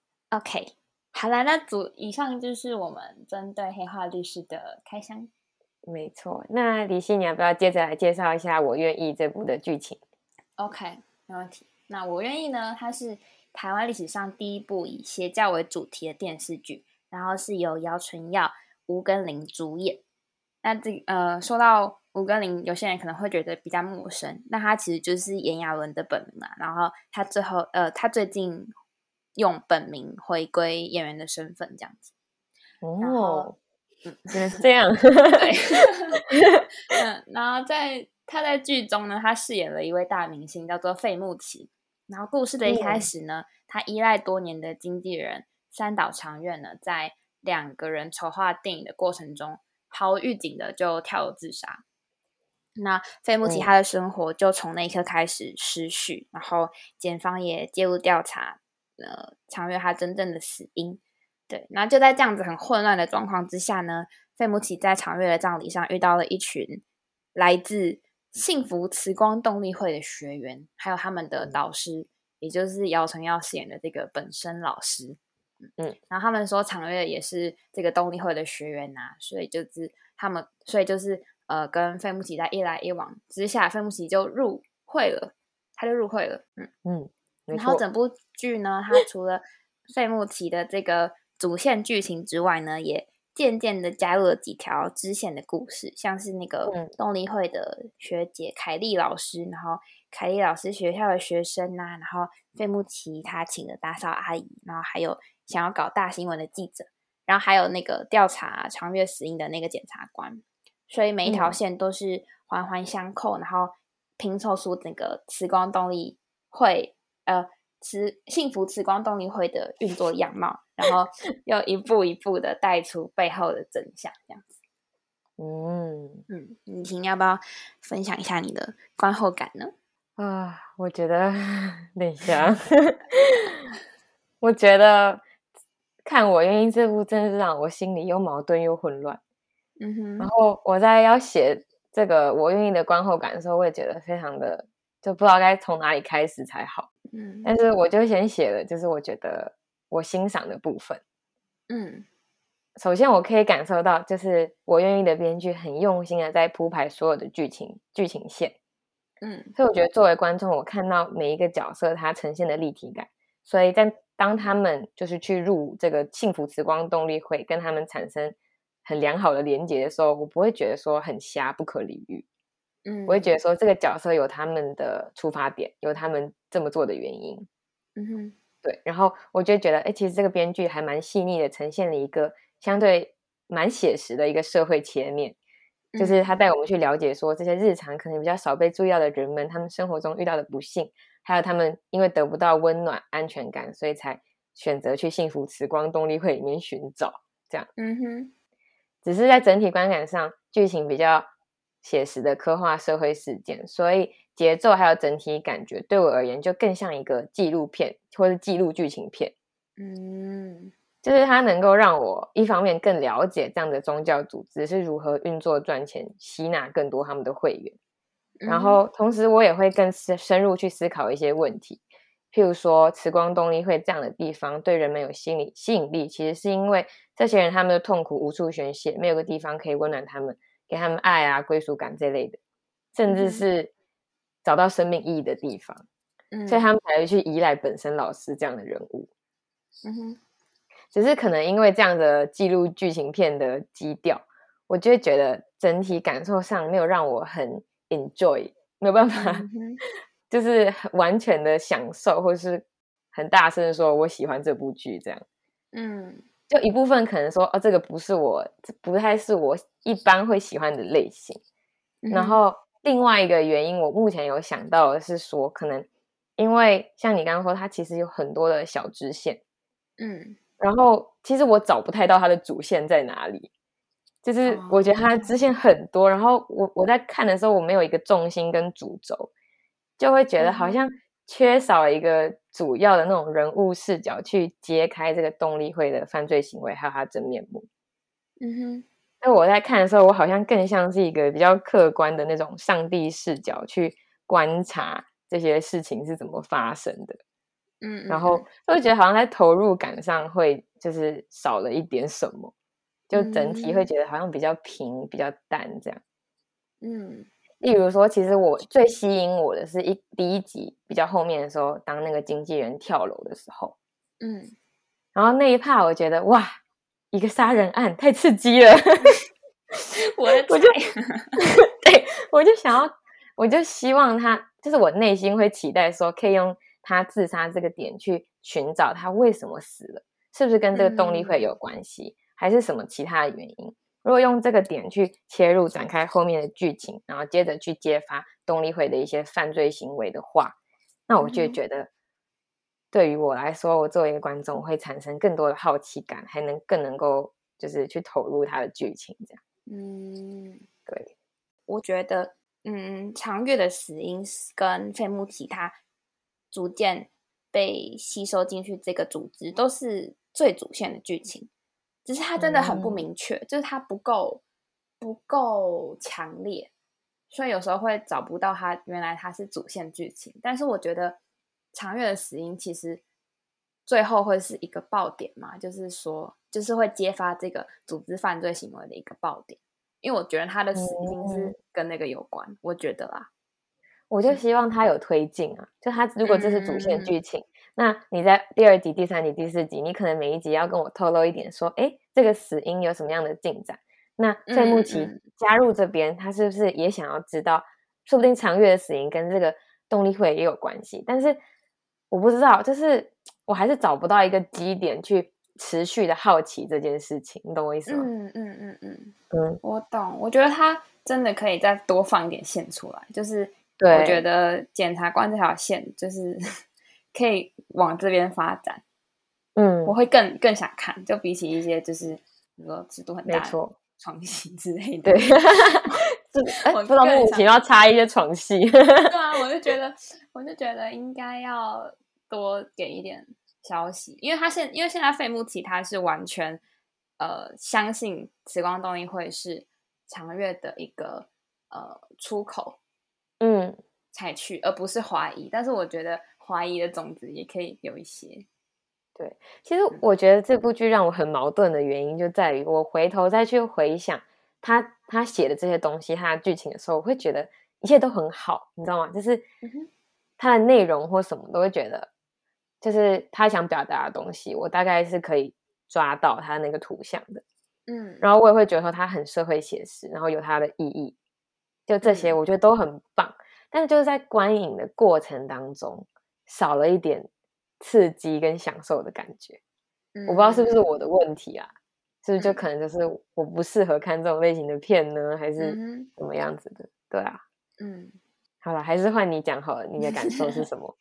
[SPEAKER 1] OK， 好啦，那以上就是我们针对黑化律师的开箱。
[SPEAKER 2] 没错，那李希，你要不要接着来介绍一下《我愿意》这部的剧情
[SPEAKER 1] ？OK， 没问题。那我愿意呢，它是台湾历史上第一部以邪教为主题的电视剧，然后是由姚淳耀、吴庚林主演。那说到吴庚林，有些人可能会觉得比较陌生，那他其实就是炎亚纶的本名嘛。然后他他最近用本名回归演员的身份，这样子。然后
[SPEAKER 2] 原来是这样。
[SPEAKER 1] 对。然后他在剧中呢，他饰演了一位大明星，叫做费穆奇。然后故事的一开始呢，他依赖多年的经纪人三岛长院呢，在2个人筹划电影的过程中，毫无预警的就跳楼自杀。那费穆奇他的生活就从那一刻开始失序，然后检方也介入调查长院他真正的死因。对，然后就在这样子很混乱的状况之下呢，费穆奇在长月的葬礼上遇到了一群来自幸福慈光动力会的学员，还有他们的导师，也就是姚淳耀饰演的这个本身老师。然后他们说长月也是这个动力会的学员啊，所以就是跟费穆奇在一来一往之下，费穆奇就入会了。然后整部剧呢，它除了费穆奇的这个主线剧情之外呢，也渐渐的加入了几条支线的故事，像是那个动力会的学姐凯莉老师，然后凯莉老师学校的学生啊，然后费穆奇他请的打扫阿姨，然后还有想要搞大新闻的记者，然后还有那个调查长月死因的那个检察官，所以每一条线都是环环相扣，然后拼凑出整个慈光动力会幸福慈光动力会的运作样貌，然后又一步一步的带出背后的真相，这样子。你要不要分享一下你的观后感呢？
[SPEAKER 2] 我觉得等一下。我觉得看《我愿意》这部真的是让我心里又矛盾又混乱。然后我在要写这个《我愿意》的观后感的时候，我也觉得非常的就不知道该从哪里开始才好。但是我就先写了，就是我觉得我欣赏的部分。首先我可以感受到，就是我愿意的编剧很用心的在铺排所有的剧情线。所以我觉得作为观众，我看到每一个角色他呈现的立体感，所以当他们就是去入这个幸福慈光动力会，跟他们产生很良好的连结的时候，我不会觉得说很瞎不可理喻。我会觉得说这个角色有他们的出发点，有他们这么做的原因。对，然后我就觉得其实这个编剧还蛮细腻的呈现了一个相对蛮写实的一个社会切面， 就是他带我们去了解说这些日常可能比较少被注意到的人们，他们生活中遇到的不幸，还有他们因为得不到温暖安全感，所以才选择去幸福时光动力会里面寻找这样。只是在整体观感上剧情比较写实的刻画社会事件，所以节奏还有整体感觉对我而言就更像一个纪录片或是纪录剧情片。就是它能够让我一方面更了解这样的宗教组织是如何运作赚钱，吸纳更多他们的会员，然后同时我也会更深入去思考一些问题，譬如说慈光动力会这样的地方对人们有吸引力，其实是因为这些人他们的痛苦无处宣泄，没有个地方可以温暖他们，给他们爱啊归属感这类的，甚至是找到生命意义的地方，所以他们才会去依赖本身老师这样的人物。只是可能因为这样的记录剧情片的基调，我就会觉得整体感受上没有让我很 enjoy， 没有办法就是完全的享受，或是很大声的说我喜欢这部剧这样。就一部分可能说这个不太是我一般会喜欢的类型。然后另外一个原因我目前有想到的是说，可能因为像你刚刚说它其实有很多的小支线，然后其实我找不太到它的主线在哪里，就是我觉得它的支线很多，然后我在看的时候我没有一个重心跟主轴，就会觉得好像缺少一个主要的那种人物视角去揭开这个动力会的犯罪行为还有它真面目。那我在看的时候我好像更像是一个比较客观的那种上帝视角去观察这些事情是怎么发生的。然后会觉得好像在投入感上会就是少了一点什么，就整体会觉得好像比较平比较淡这样。例如说其实我最吸引我的是第一集比较后面的时候，当那个经纪人跳楼的时候，然后那一趴我觉得哇，一个杀人案太刺激了我就希望他，就是我内心会期待说可以用他自杀这个点去寻找他为什么死了，是不是跟这个动力会有关系，还是什么其他的原因。如果用这个点去切入展开后面的剧情，然后接着去揭发动力会的一些犯罪行为的话，那我就觉得对于我来说，我作为一个观众会产生更多的好奇感，还更能够就是去投入它的剧情这样。对，
[SPEAKER 1] 我觉得长月的死因跟费穆奇他逐渐被吸收进去这个组织都是最主线的剧情，只是它真的很不明确，就是它不够强烈，所以有时候会找不到原来它是主线剧情。但是我觉得长月的死因其实最后会是一个爆点嘛，就是说就是会揭发这个组织犯罪行为的一个爆点，因为我觉得他的死一定是跟那个有关，我觉得啦。
[SPEAKER 2] 我就希望他有推进啊，就他如果这是主线剧情，那你在第2集、第3集、第4集，你可能每一集要跟我透露一点说，这个死因有什么样的进展。那费穆奇加入这边，他是不是也想要知道，说不定长月的死因跟这个动力会也有关系，但是我不知道，就是我还是找不到一个基点去持续的好奇这件事情，你懂我意思吗？
[SPEAKER 1] 我懂。我觉得他真的可以再多放一点线出来，就是
[SPEAKER 2] 对，
[SPEAKER 1] 我觉得检察官这条线就是可以往这边发展。我会更想看，就比起一些就是比如说尺度很大的床戏之类的。
[SPEAKER 2] 对不知道莫名其妙插一些床戏。
[SPEAKER 1] 对啊，我就觉得应该要多给一点消息，因为现在费穆奇他是完全相信慈光动力会是长月的一个出口，才去，而不是怀疑。但是我觉得怀疑的种子也可以有一些。
[SPEAKER 2] 对，其实我觉得这部剧让我很矛盾的原因就在于，我回头再去回想他写的这些东西，他的剧情的时候，我会觉得一切都很好，你知道吗？就是他的内容或什么都会觉得，就是他想表达的东西，我大概是可以抓到他那个图像的。然后我也会觉得说他很社会写实，然后有他的意义，就这些我觉得都很棒。但是就是在观影的过程当中，少了一点刺激跟享受的感觉。我不知道是不是我的问题啊。 是不是就可能就是我不适合看这种类型的片呢，还是怎么样子的？对啊，好了，还是换你讲好了，你的感受是什么？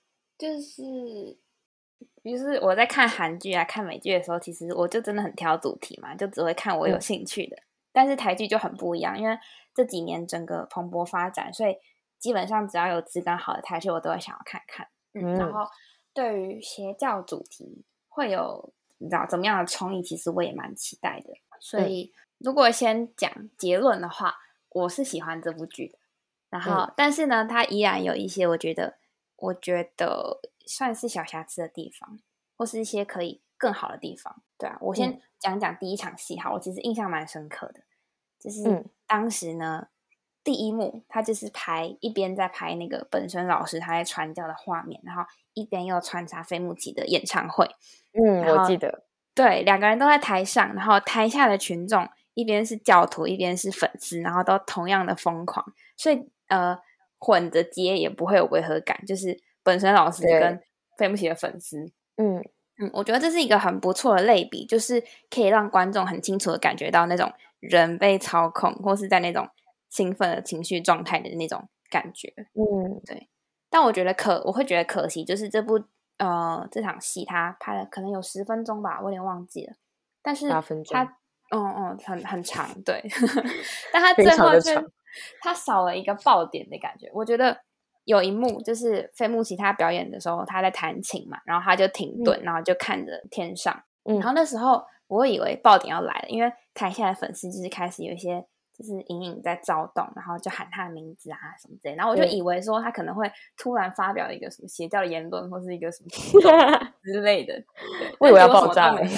[SPEAKER 1] 就是我在看韩剧啊、看美剧的时候，其实我就真的很挑主题嘛，就只会看我有兴趣的。但是台剧就很不一样，因为这几年整个蓬勃发展，所以基本上只要有质感好的台剧，我都会想要看看。然后对于邪教主题会有你知道怎么样的创意，其实我也蛮期待的。所以如果先讲结论的话，我是喜欢这部剧的。然后，但是呢，它依然有一些我觉得算是小瑕疵的地方，或是一些可以更好的地方。对啊，我先讲讲第一场戏哈，我其实印象蛮深刻的，就是当时呢，第一幕他就是一边在拍那个本身老师他在传教的画面，然后一边又穿插飞木奇的演唱会。
[SPEAKER 2] 我记得，
[SPEAKER 1] 对，两个人都在台上，然后台下的群众一边是教徒，一边是粉丝，然后都同样的疯狂，所以混着接也不会有违和感，就是本身老师跟飞木奇的粉丝。我觉得这是一个很不错的类比，就是可以让观众很清楚的感觉到那种人被操控或是在那种兴奋的情绪状态的那种感觉。对。但我会觉得可惜，就是这场戏他拍了可能有10分钟吧，我有点忘记了。但是
[SPEAKER 2] 8分钟，
[SPEAKER 1] 很长，对。但他最后他少了一个爆点的感觉。我觉得有一幕就是飞木奇他表演的时候，他在弹琴嘛，然后他就停顿，然后就看着天上。然后那时候我会以为爆点要来了，因为台下的粉丝就是开始有一些就是隐隐在躁动，然后就喊他的名字啊什么之类的。然后我就以为说他可能会突然发表一个什么邪教的言论，或是一个什么之类的。
[SPEAKER 2] 我以为要爆炸了。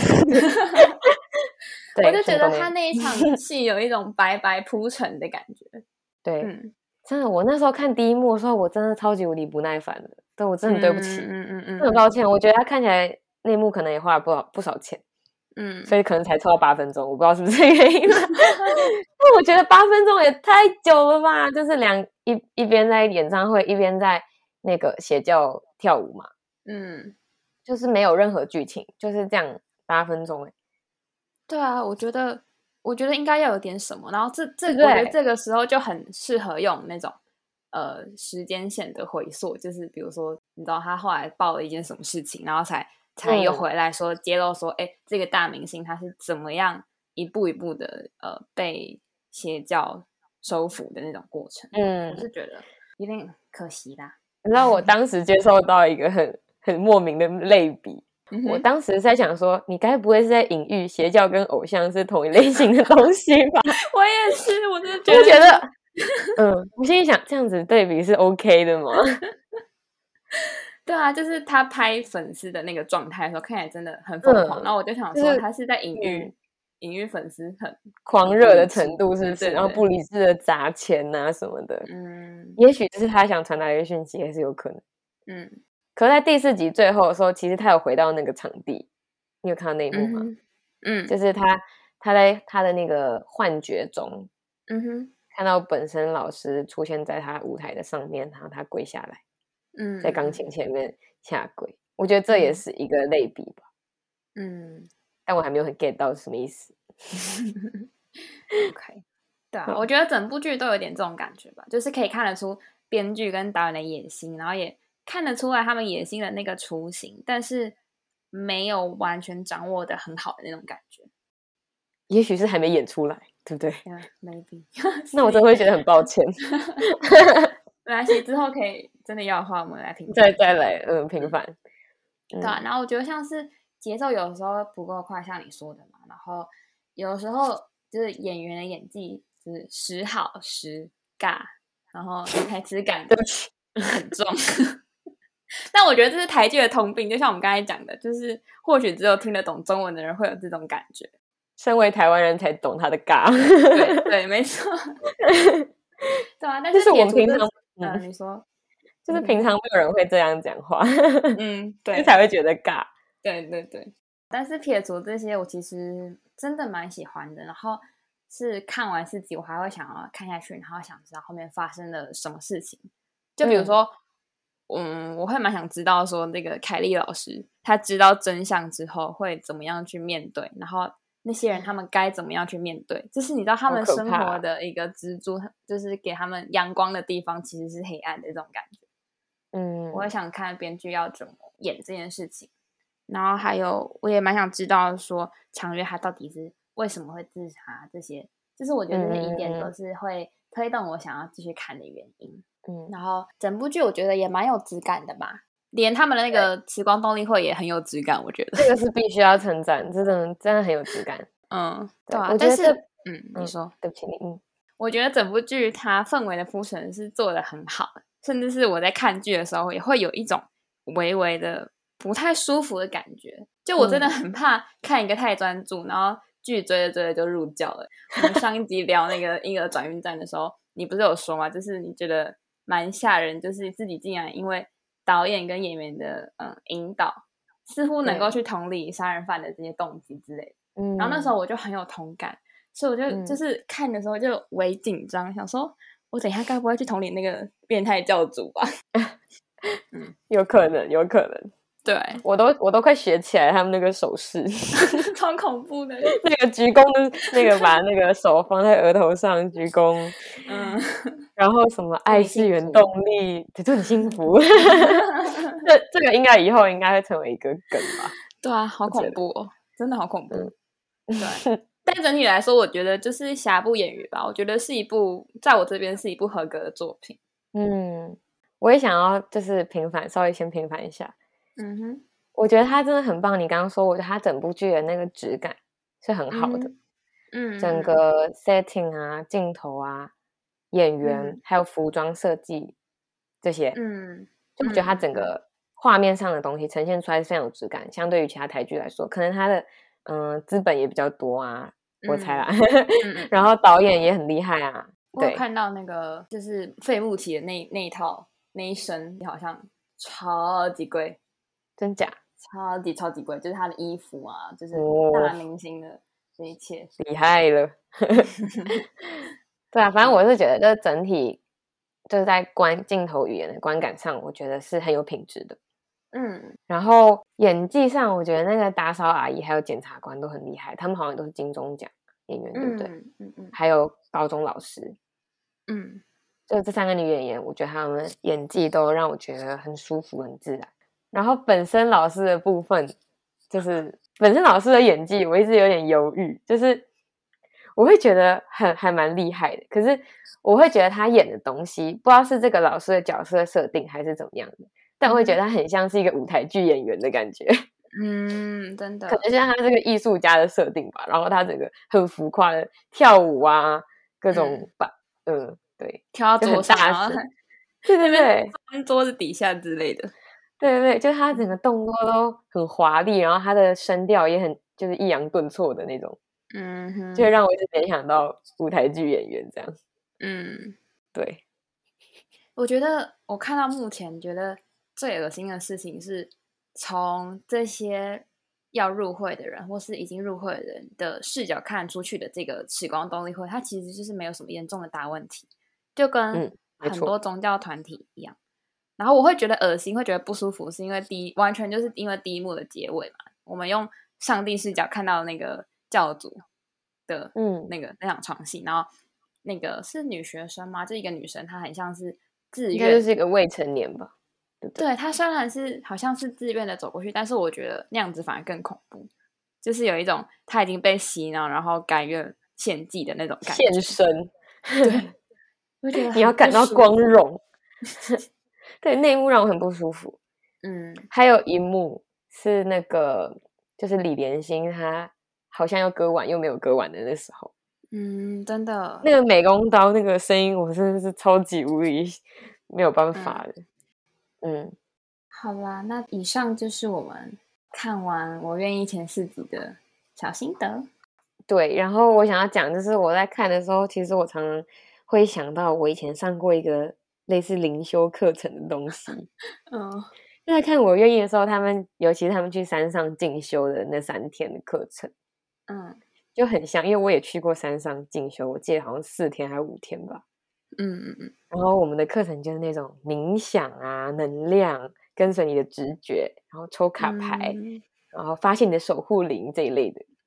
[SPEAKER 1] 我就觉得他那一场戏有一种白白铺陈的感觉。
[SPEAKER 2] 对，真的，我那时候看第一幕的时候，我真的超级无敌不耐烦的。但我真的对不起，很抱歉。我觉得他看起来那一幕可能也花了不少钱，所以可能才凑到8分钟，我不知道是不是这个原因。但我觉得8分钟也太久了吧？就是一边在演唱会，一边在那个邪教跳舞嘛。就是没有任何剧情，就是这样8分钟。
[SPEAKER 1] 对啊，我觉得应该要有点什么，然后我觉得这个时候就很适合用那种时间线的回溯，就是比如说你知道他后来报了一件什么事情，然后才又回来说揭露说，这个大明星他是怎么样一步一步的被邪教收服的那种过程。我是觉得有点可惜啦。
[SPEAKER 2] 你知道我当时接受到一个很莫名的类比。我当时在想说，你该不会是在隐喻邪教跟偶像是同一类型的东西吧？
[SPEAKER 1] 我也是，我真的
[SPEAKER 2] 觉得我心里想，这样子对比是 OK 的吗？
[SPEAKER 1] 对啊，就是他拍粉丝的那个状态的时候，看起来真的很疯狂。然后我就想说，他是在隐喻粉丝很
[SPEAKER 2] 狂热的程度，是不是？然后不理智的砸钱啊什么的。也许这是他想传达的讯息，也是有可能。可在第4集最后的时候，其实他有回到那个场地，你有看到那一幕吗？就是他在他的那个幻觉中，看到本身老师出现在他舞台的上面，然后他跪下来，在钢琴前面下跪。我觉得这也是一个类比吧。但我还没有很 get 到是什么意思。
[SPEAKER 1] OK， 对啊，我觉得整部剧都有点这种感觉吧，就是可以看得出编剧跟导演的野心，然后也看得出来他们野心的那个雏形，但是没有完全掌握的很好的那种感觉。
[SPEAKER 2] 也许是还没演出来，对不对？
[SPEAKER 1] Maybe
[SPEAKER 2] 那我真的会觉得很抱歉。
[SPEAKER 1] 没关系，之后可以真的要的话，我们来评判，
[SPEAKER 2] 再来平反。
[SPEAKER 1] 对啊，然后我觉得像是节奏有的时候不够快，像你说的嘛，然后有的时候就是演员的演技就是时好时尬，然后台词感很重。但我觉得这是台剧的通病，就像我们刚才讲的，就是或许只有听得懂中文的人会有这种感觉，
[SPEAKER 2] 身为台湾人才懂他的尬。
[SPEAKER 1] 对，没错。对啊，但
[SPEAKER 2] 是我们平常
[SPEAKER 1] 你说
[SPEAKER 2] 就是平常没有人会这样讲话。
[SPEAKER 1] 对，
[SPEAKER 2] 才会觉得尬。
[SPEAKER 1] 对，但是撇除这些，我其实真的蛮喜欢的，然后是看完4集我还会想要看下去，然后想知道后面发生了什么事情。就比如说我会蛮想知道说那个凯莉老师她知道真相之后会怎么样去面对，然后那些人他们该怎么样去面对，就是你知道他们生活的一个支柱，就是给他们阳光的地方其实是黑暗的这种感觉。我会想看编剧要怎么演这件事情。然后还有我也蛮想知道说长月他到底是为什么会自杀，这些就是我觉得这些疑点都是会推动我想要继续看的原因。然后整部剧我觉得也蛮有质感的吧，连他们的那个时光动力会也很有质感，我觉得
[SPEAKER 2] 这个是必须要称赞，真的很有质感。
[SPEAKER 1] 对啊，
[SPEAKER 2] 我觉得
[SPEAKER 1] 你说，
[SPEAKER 2] 对不起你，
[SPEAKER 1] 我觉得整部剧它氛围的铺陈是做得很好，甚至是我在看剧的时候也会有一种微微的不太舒服的感觉，就我真的很怕看一个太专注，然后剧追着追着就入教了。我们上一集聊那个婴儿转运站的时候，你不是有说吗？就是你觉得蛮吓人，就是自己竟然因为导演跟演员的引导，似乎能够去同理杀人犯的这些动机之类的。然后那时候我就很有同感，所以我就是看的时候就微紧张，想说我等一下该不会去同理那个变态教主吧？
[SPEAKER 2] 有可能。
[SPEAKER 1] 对，
[SPEAKER 2] 我都快学起来他们那个手势，
[SPEAKER 1] 超恐怖的。
[SPEAKER 2] 那个鞠躬的，那个把那个手放在额头上鞠躬，然后什么爱是原动力，祝你幸福。这个应该以后应该会成为一个梗吧？
[SPEAKER 1] 对啊，好恐怖哦，真的好恐怖。对，但整体来说，我觉得就是瑕不掩瑜吧。我觉得是一部在我这边是一部合格的作品。
[SPEAKER 2] 我也想要就是稍微先平反一下。我觉得他真的很棒。你刚刚说，我觉得他整部剧的那个质感是很好的。整个 setting 啊、镜头啊、演员还有服装设计这些，就我觉得他整个画面上的东西呈现出来是非常有质感。相对于其他台剧来说，可能他的资本也比较多啊，我猜啦。然后导演也很厉害啊。
[SPEAKER 1] 我有看到那个就是费穆奇的那一套那一身，好像超级贵，
[SPEAKER 2] 真假？
[SPEAKER 1] 超级贵，就是他的衣服啊，就是大明星的这一切，
[SPEAKER 2] 厉害了。对啊，反正我是觉得，就是整体就是在镜头语言的观感上，我觉得是很有品质的。然后演技上，我觉得那个打扫阿姨还有检察官都很厉害，他们好像都是金钟奖演员，对不对？还有高中老师，就这3个女演员，我觉得他们演技都让我觉得很舒服、很自然。然后本身老师的部分，就是本身老师的演技，我一直有点犹豫，就是我会觉得还蛮厉害的，可是我会觉得他演的东西，不知道是这个老师的角色设定还是怎么样的，但我会觉得他很像是一个舞台剧演员的感觉。
[SPEAKER 1] 真的，
[SPEAKER 2] 可能像他这个艺术家的设定吧。然后他整个很浮夸的跳舞啊，各种对，
[SPEAKER 1] 跳到桌上，
[SPEAKER 2] 对，
[SPEAKER 1] 钻桌子底下之类的。
[SPEAKER 2] 对，就是他整个动作都很华丽，然后他的声调也很就是抑扬顿挫的那种，就会让我一直联想到舞台剧演员这样。对，
[SPEAKER 1] 我觉得我看到目前觉得最恶心的事情是，从这些要入会的人或是已经入会的人的视角看出去的这个时光动力会，它其实就是没有什么严重的大问题，就跟很多宗教团体一样。然后我会觉得恶心，会觉得不舒服，是因为完全就是因为第一幕的结尾嘛，我们用上帝视角看到那个教主的那场床戏，然后那个是女学生吗？就一个女生，她很像是自愿，
[SPEAKER 2] 应该就是一个未成年吧，对不对？
[SPEAKER 1] 对，她虽然是好像是自愿的走过去，但是我觉得那样子反而更恐怖，就是有一种她已经被洗脑，然后甘愿献祭的那种感觉，
[SPEAKER 2] 献身，
[SPEAKER 1] 对，我觉得
[SPEAKER 2] 你要感到光荣。对，那一幕让我很不舒服。还有一幕是那个就是李连心他好像要割腕又没有割腕的那时候，
[SPEAKER 1] 真的，
[SPEAKER 2] 那个美工刀那个声音我真的是超级无语，没有办法的。
[SPEAKER 1] 好啦，那以上就是我们看完我愿意前4集的小心得。
[SPEAKER 2] 对，然后我想要讲就是我在看的时候，其实我常常会想到我以前上过一个类似灵修课程的东西。在看我愿意的时候，尤其是他们去山上进修的那3天的课程，就很像，因为我也去过山上进修，我记得好像4天还是5天吧。然后我们的课程就是那种冥想啊、能量、跟随你的直觉，然后抽卡牌，然后发现你的守护灵这一类的。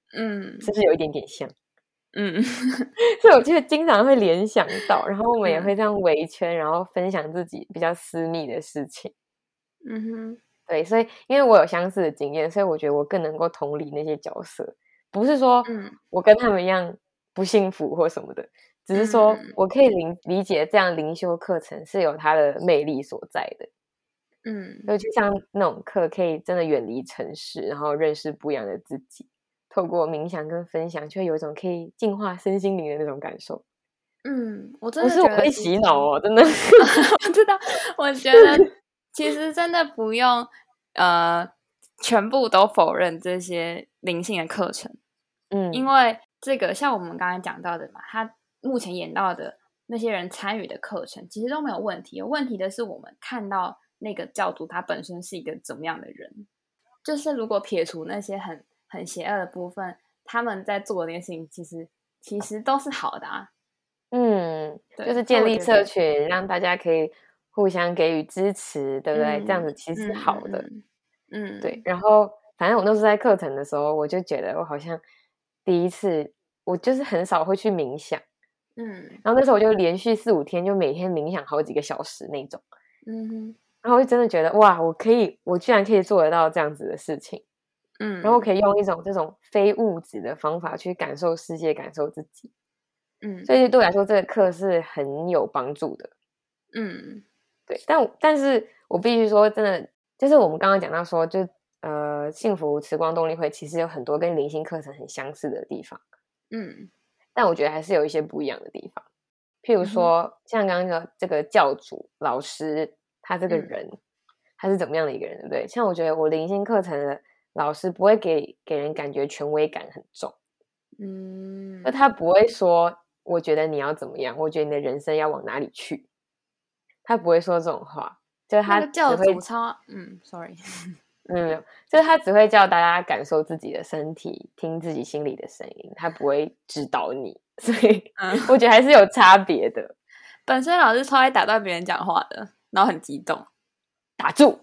[SPEAKER 2] 是不是有一点点像？
[SPEAKER 1] 嗯
[SPEAKER 2] 所以我觉得经常会联想到，然后我们也
[SPEAKER 1] 嗯
[SPEAKER 2] 会这样围圈，然后分享自己比较私密的事情。
[SPEAKER 1] 嗯哼，
[SPEAKER 2] 对，所以因为我有相似的经验，所以我觉得我更能够同理那些角色。不是说
[SPEAKER 1] 嗯
[SPEAKER 2] 我跟他们一样不幸福或什么的，只是说
[SPEAKER 1] 嗯
[SPEAKER 2] 我可以理解这样灵修课程是有它的魅力所在的。
[SPEAKER 1] 嗯
[SPEAKER 2] 就像那种课，可以真的远离城市，然后认识不一样的自己。透过冥想跟分享，就会有一种可以净化身心灵的那种感受。
[SPEAKER 1] 我真
[SPEAKER 2] 不是我被
[SPEAKER 1] 的觉得其实
[SPEAKER 2] 洗脑哦，真的。
[SPEAKER 1] 我知道，我觉得其实真的不用全部都否认这些灵性的课程，因为这个像我们刚才讲到的嘛，他目前演到的那些人参与的课程其实都没有问题，有问题的是我们看到那个教主他本身是一个怎么样的人。就是如果撇除那些很邪恶的部分，他们在做的那些事情其实都是好的啊。
[SPEAKER 2] 就
[SPEAKER 1] 对，
[SPEAKER 2] 是建立
[SPEAKER 1] 所以我觉得
[SPEAKER 2] 社群，让大家可以互相给予支持，对不对？这样子其实是好的。对，然后反正我那时候在课程的时候，我就觉得我好像第一次，我就是很少会去冥想，然后那时候我就连续4-5天，就每天冥想好几个小时那种，然后我就真的觉得哇，我居然可以做得到这样子的事情，然后我可以用一种这种非物质的方法去感受世界，感受自己，所以对我来说，这个课是很有帮助的。对，但是我必须说，真的，就是我们刚刚讲到说，就幸福慈光动力会其实有很多跟灵性课程很相似的地方，但我觉得还是有一些不一样的地方。譬如说，像刚刚的这个教主老师，他这个人，他是怎么样的一个人，对不对？像我觉得我灵性课程的老师不会给人感觉权威感很重，就他不会说，我觉得你要怎么样，我觉得你的人生要往哪里去，他不会说这种话，就是他
[SPEAKER 1] 那个教
[SPEAKER 2] 只会
[SPEAKER 1] 主超，sorry，
[SPEAKER 2] 就是他只会叫大家感受自己的身体，听自己心里的声音，他不会指导你，所以我觉得还是有差别的。
[SPEAKER 1] 本身老师超爱打断别人讲话的，然后很激动，
[SPEAKER 2] 打住，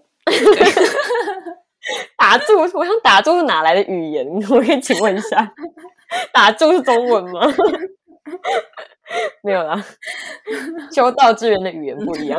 [SPEAKER 2] 打住！我想打住是哪来的语言？我可以请问一下，打住是中文吗？没有啦，修道之人的语言不一样。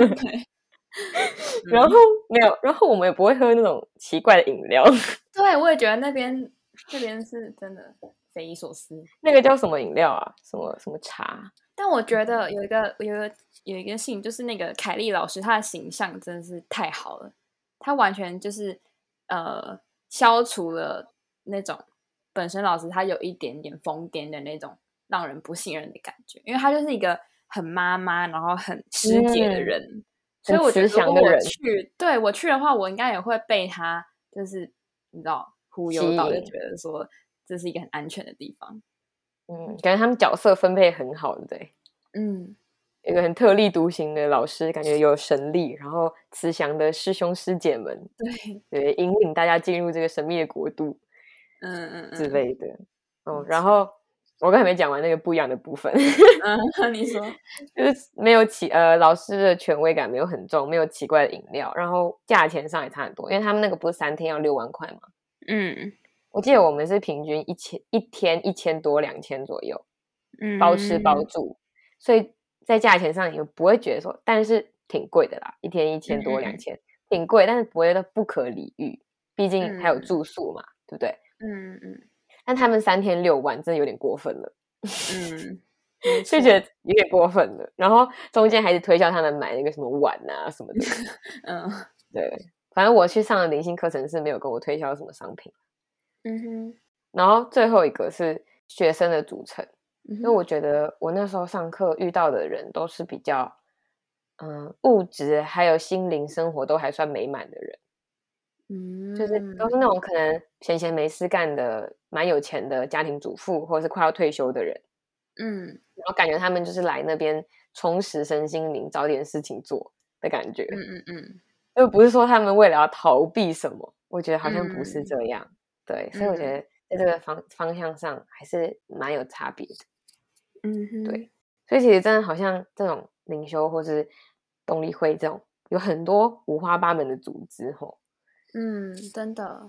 [SPEAKER 2] 然后没有，然后我们也不会喝那种奇怪的饮料。
[SPEAKER 1] 对，我也觉得那边是真的匪夷所思。
[SPEAKER 2] 那个叫什么饮料啊？什么茶？
[SPEAKER 1] 但我觉得有一个事情，就是那个凯莉老师，她的形象真的是太好了，她完全就是消除了那种本身老师他有一点点疯癫的那种让人不信任的感觉，因为他就是一个很妈妈，然后很师姐的人，所以我觉得如果我去的话，我应该也会被他就是你知道忽悠到，就觉得说这是一个很安全的地方。
[SPEAKER 2] 感觉他们角色分配很好，对不对？有一个很特立独行的老师，感觉有神力，然后慈祥的师兄师姐们，对，引领大家进入这个神秘的国度，之类的。然后我刚才没讲完那个不一样的部分，
[SPEAKER 1] 你说，
[SPEAKER 2] 就是没有老师的权威感没有很重，没有奇怪的饮料，然后价钱上也差很多，因为他们那个不是3天要6万块吗？我记得我们是平均一天1000多2000左右，包吃包住，所以在价钱上也不会觉得说，但是挺贵的啦，一天1000多2000，挺贵，但是不会到不可理喻，毕竟还有住宿嘛，对不对？但他们3天6万，真的有点过分了，就觉得有点过分了。然后中间还是推销他们买那个什么碗啊什么的，对，反正我去上的灵性课程是没有跟我推销什么商品。然后最后一个是学生的组成，因为我觉得我那时候上课遇到的人都是比较物质还有心灵生活都还算美满的人，就是都是那种可能闲没事干的蛮有钱的家庭主妇，或者是快要退休的人，然后感觉他们就是来那边充实身心灵，找点事情做的感觉，就不是说他们为了要逃避什么，我觉得好像不是这样，对，所以我觉得在这个方向上还是蛮有差别的，对，所以其实真的好像这种灵修或是动力会这种有很多五花八门的组织吼，
[SPEAKER 1] 真的，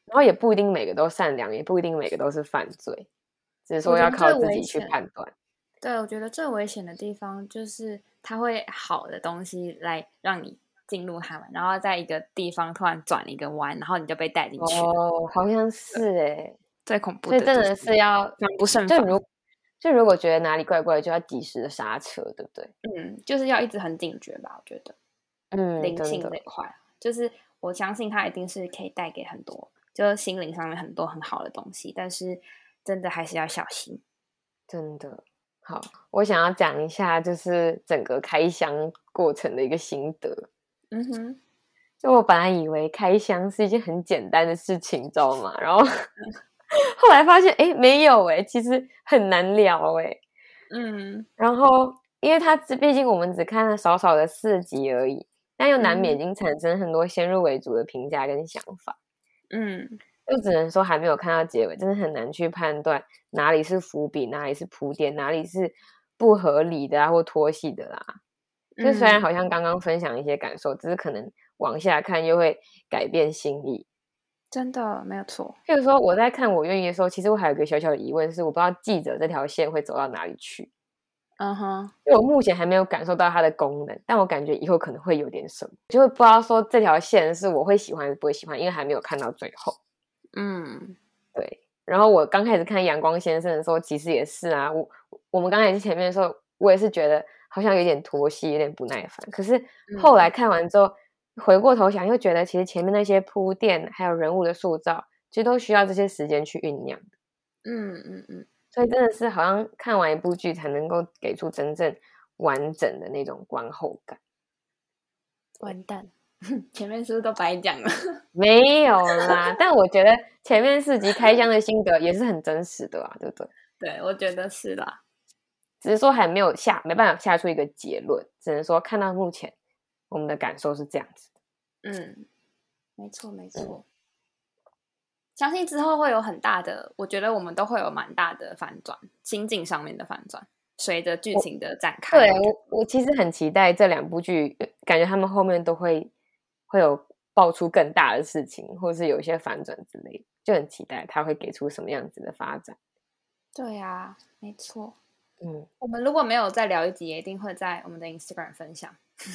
[SPEAKER 2] 然后也不一定每个都善良，也不一定每个都是犯罪，只是说要靠自己去判断。
[SPEAKER 1] 对，我觉得最危险的地方就是它会好的东西来让你进入他们，然后在一个地方突然转一个弯，然后你就被带进去。
[SPEAKER 2] 哦，好像是
[SPEAKER 1] 最恐怖的，
[SPEAKER 2] 所以真的是要
[SPEAKER 1] 防不胜防。
[SPEAKER 2] 就如果觉得哪里怪怪，就要及时的刹车，对不对？
[SPEAKER 1] 就是要一直很警觉吧，我觉得。灵性
[SPEAKER 2] 真的
[SPEAKER 1] 这一块，就是我相信它一定是可以带给很多，就是心灵上面很多很好的东西，但是真的还是要小心。
[SPEAKER 2] 真的。好，我想要讲一下就是整个开箱过程的一个心得。就我本来以为开箱是一件很简单的事情，你知道吗？然后后来发现没有其实很难聊然后因为它毕竟我们只看了少少的4集而已，但又难免已经产生很多先入为主的评价跟想法。就只能说还没有看到结尾，真的很难去判断哪里是伏笔，哪里是铺垫，哪里是不合理的或拖戏的啦。就虽然好像刚刚分享一些感受，只是可能往下看又会改变心意。
[SPEAKER 1] 真的没有错。
[SPEAKER 2] 譬如说我在看《我愿意》的时候，其实我还有一个小小的疑问，是我不知道记者这条线会走到哪里去。因为我目前还没有感受到它的功能，但我感觉以后可能会有点什么，就会不知道说这条线是我会喜欢还是不会喜欢，因为还没有看到最后。对。然后我刚开始看《阳光先生》的时候，其实也是啊，我们刚开始前面的时候，我也是觉得好像有点拖戏，有点不耐烦。可是后来看完之后，回过头想，又觉得其实前面那些铺垫还有人物的塑造，其实都需要这些时间去酝酿。所以真的是好像看完一部剧才能够给出真正完整的那种观后感。
[SPEAKER 1] 完蛋，前面是不是都白讲了？
[SPEAKER 2] 没有啦，但我觉得前面4集开箱的心得也是很真实的啦，对不对？
[SPEAKER 1] 对，我觉得是啦。
[SPEAKER 2] 只是说还没办法下出一个结论，只能说看到目前我们的感受是这样子的。
[SPEAKER 1] 没错没错。相信之后会有很大的，我觉得我们都会有蛮大的反转，心境上面的反转，随着剧情的展开。
[SPEAKER 2] 对，我其实很期待这2部剧，感觉他们后面都会有爆出更大的事情，或是有一些反转之类的，就很期待他会给出什么样子的发展。
[SPEAKER 1] 对啊，没错。我们如果没有再聊一集，也一定会在我们的 Instagram 分享。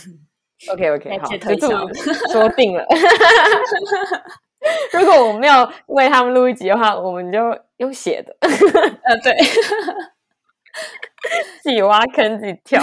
[SPEAKER 2] OK， 好，
[SPEAKER 1] 推销
[SPEAKER 2] 说定了。如果我没有为他们录一集的话，我们就用写的。
[SPEAKER 1] 对，
[SPEAKER 2] 自己挖坑自己跳。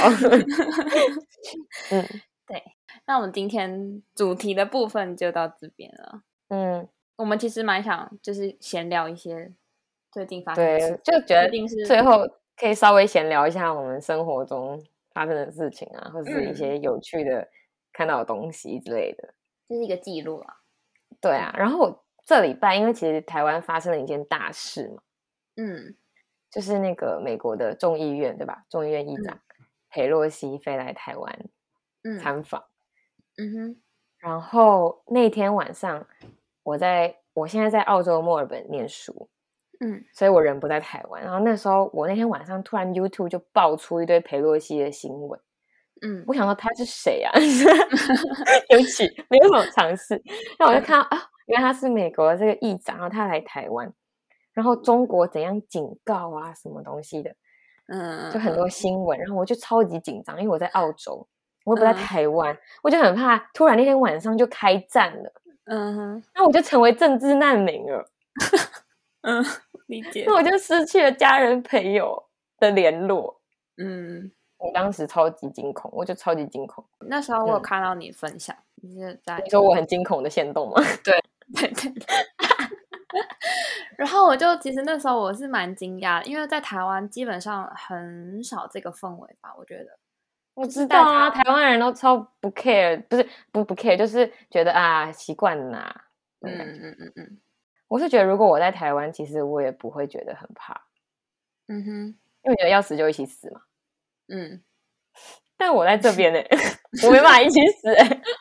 [SPEAKER 1] 对。那我们今天主题的部分就到这边了。我们其实蛮想就是闲聊一些最近发生的事，
[SPEAKER 2] 就觉得最后可以稍微闲聊一下我们生活中发生的事情啊，或是一些有趣的看到的东西之类的，
[SPEAKER 1] 就是一个记录啊。
[SPEAKER 2] 对啊，然后我这礼拜因为其实台湾发生了一件大事嘛，就是那个美国的众议院，对吧？众议院议长裴洛西飞来台湾参访。然后那天晚上我现在在澳洲墨尔本念书，所以我人不在台湾。然后那时候我那天晚上突然 YouTube 就爆出一堆裴洛西的新闻，我想说他是谁啊？对不起，没有什么尝试。那我就看到原来他是美国的这个议长，然后他来台湾，然后中国怎样警告啊，什么东西的，就很多新闻。然后我就超级紧张，因为我在澳洲，我又不在台湾，我就很怕突然那天晚上就开战了，那我就成为政治难民了。
[SPEAKER 1] 理解。
[SPEAKER 2] 那我就失去了家人朋友的联络。我当时超级惊恐，我就超级惊恐。
[SPEAKER 1] 那时候我有看到你分享，你
[SPEAKER 2] 说我很惊恐的限动吗？
[SPEAKER 1] 对。然后我就其实那时候我是蛮惊讶的，因为在台湾基本上很少这个氛围吧，我觉得。
[SPEAKER 2] 我知道啊，台湾人都超不 care， 不是不 care， 就是觉得习惯了啦。我是觉得如果我在台湾，其实我也不会觉得很怕。因为觉得要死就一起死嘛。但我在这边我没办法一起死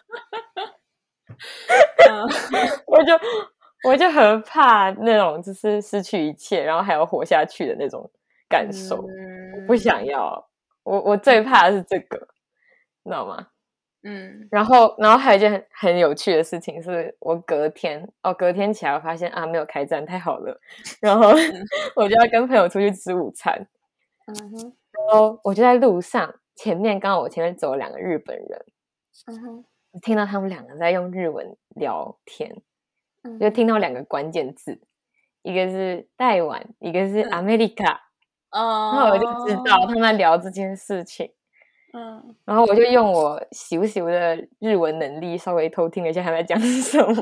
[SPEAKER 2] 我就很怕那种就是失去一切，然后还要活下去的那种感受。我不想要，我最怕的是这个，你知道吗？ 然后还有一件很有趣的事情是，我隔天起来我发现没有开站，太好了，然后我就要跟朋友出去吃午餐，然后我就在路上，刚好我前面走了2个日本人，我听到他们2个在用日文聊天，就听到2个关键字，一个是台湾，一个是 America，然后我就知道他们在聊这件事情。然后我就用我习的日文能力稍微偷听了一下他在讲什么。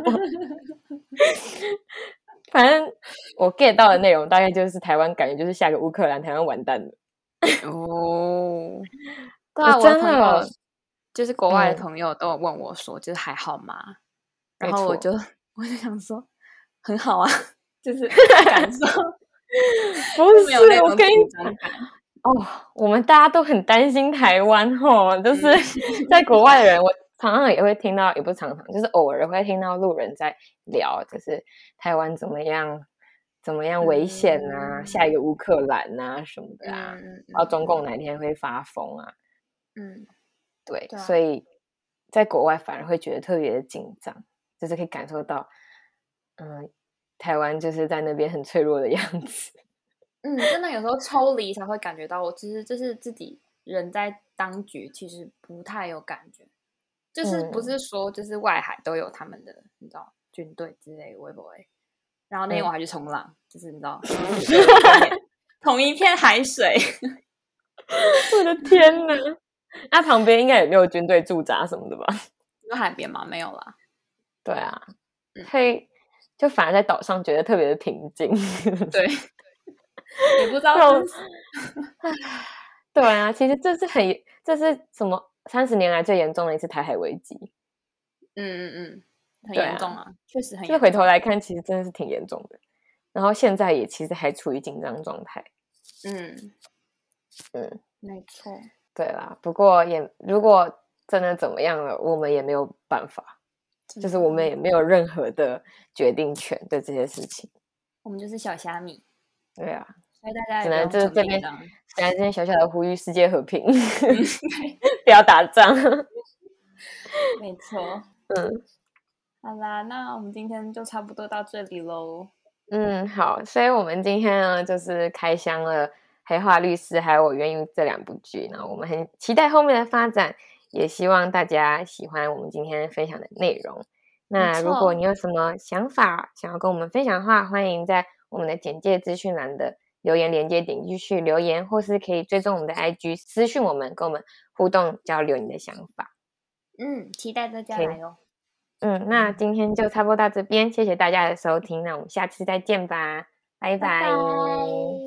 [SPEAKER 2] 反正我 get 到的内容大概就是台湾感觉就是下个乌克兰，台湾完蛋了。
[SPEAKER 1] 对啊，我的朋友就是国外的朋友都有问我说就是还好吗？然后我就想说很好啊，就是感受
[SPEAKER 2] 不是我跟你讲我们大家都很担心台湾就是在国外的人，我常常也会听到，也不是常常，就是偶尔会听到路人在聊，就是台湾怎么样危险啊，下一个乌克兰啊什么的啊，然后中共哪天会发疯啊，对，所以在国外反而会觉得特别的紧张，就是可以感受到，台湾就是在那边很脆弱的样子。
[SPEAKER 1] 真的有时候抽离才会感觉到，我其实就是自己人在当局，其实不太有感觉，就是不是说就是外海都有他们的你知道军队之类的，会不会？然后那天我还去冲浪，就是你知道同一片海水。
[SPEAKER 2] 我的天哪！那旁边应该也没有军队驻扎什么的吧？
[SPEAKER 1] 有海边吗？没有啦。
[SPEAKER 2] 对啊，所以就反而在岛上觉得特别的平静。
[SPEAKER 1] 对。也不知道
[SPEAKER 2] 对啊，其实这是什么30年来最严重的一次台海危机。
[SPEAKER 1] 很严重啊，确实很严重。
[SPEAKER 2] 就回头来看，其实真的是挺严重的。然后现在也其实还处于紧张状态。
[SPEAKER 1] 没错。
[SPEAKER 2] 对啦，不过如果真的怎么样了，我们也没有办法，就是我们也没有任何的决定权对这些事情。
[SPEAKER 1] 我们就是小虾米。
[SPEAKER 2] 对啊，
[SPEAKER 1] 所以大家
[SPEAKER 2] 只能就是这边小小的呼吁世界和平，不要打仗。
[SPEAKER 1] 没错。好啦，那我们今天就差不多到这里咯。
[SPEAKER 2] 好，所以我们今天呢就是开箱了《黑化律师》还有《我愿意》这2部剧，然后我们很期待后面的发展，也希望大家喜欢我们今天分享的内容。那如果你有什么想法想要跟我们分享的话，欢迎在我们的简介资讯栏的留言连结点进去留言，或是可以追踪我们的 IG 私讯我们，跟我们互动交流你的想法。
[SPEAKER 1] 期待大家来哦。
[SPEAKER 2] 那今天就差不多到这边，谢谢大家的收听，那我们下次再见吧，拜拜。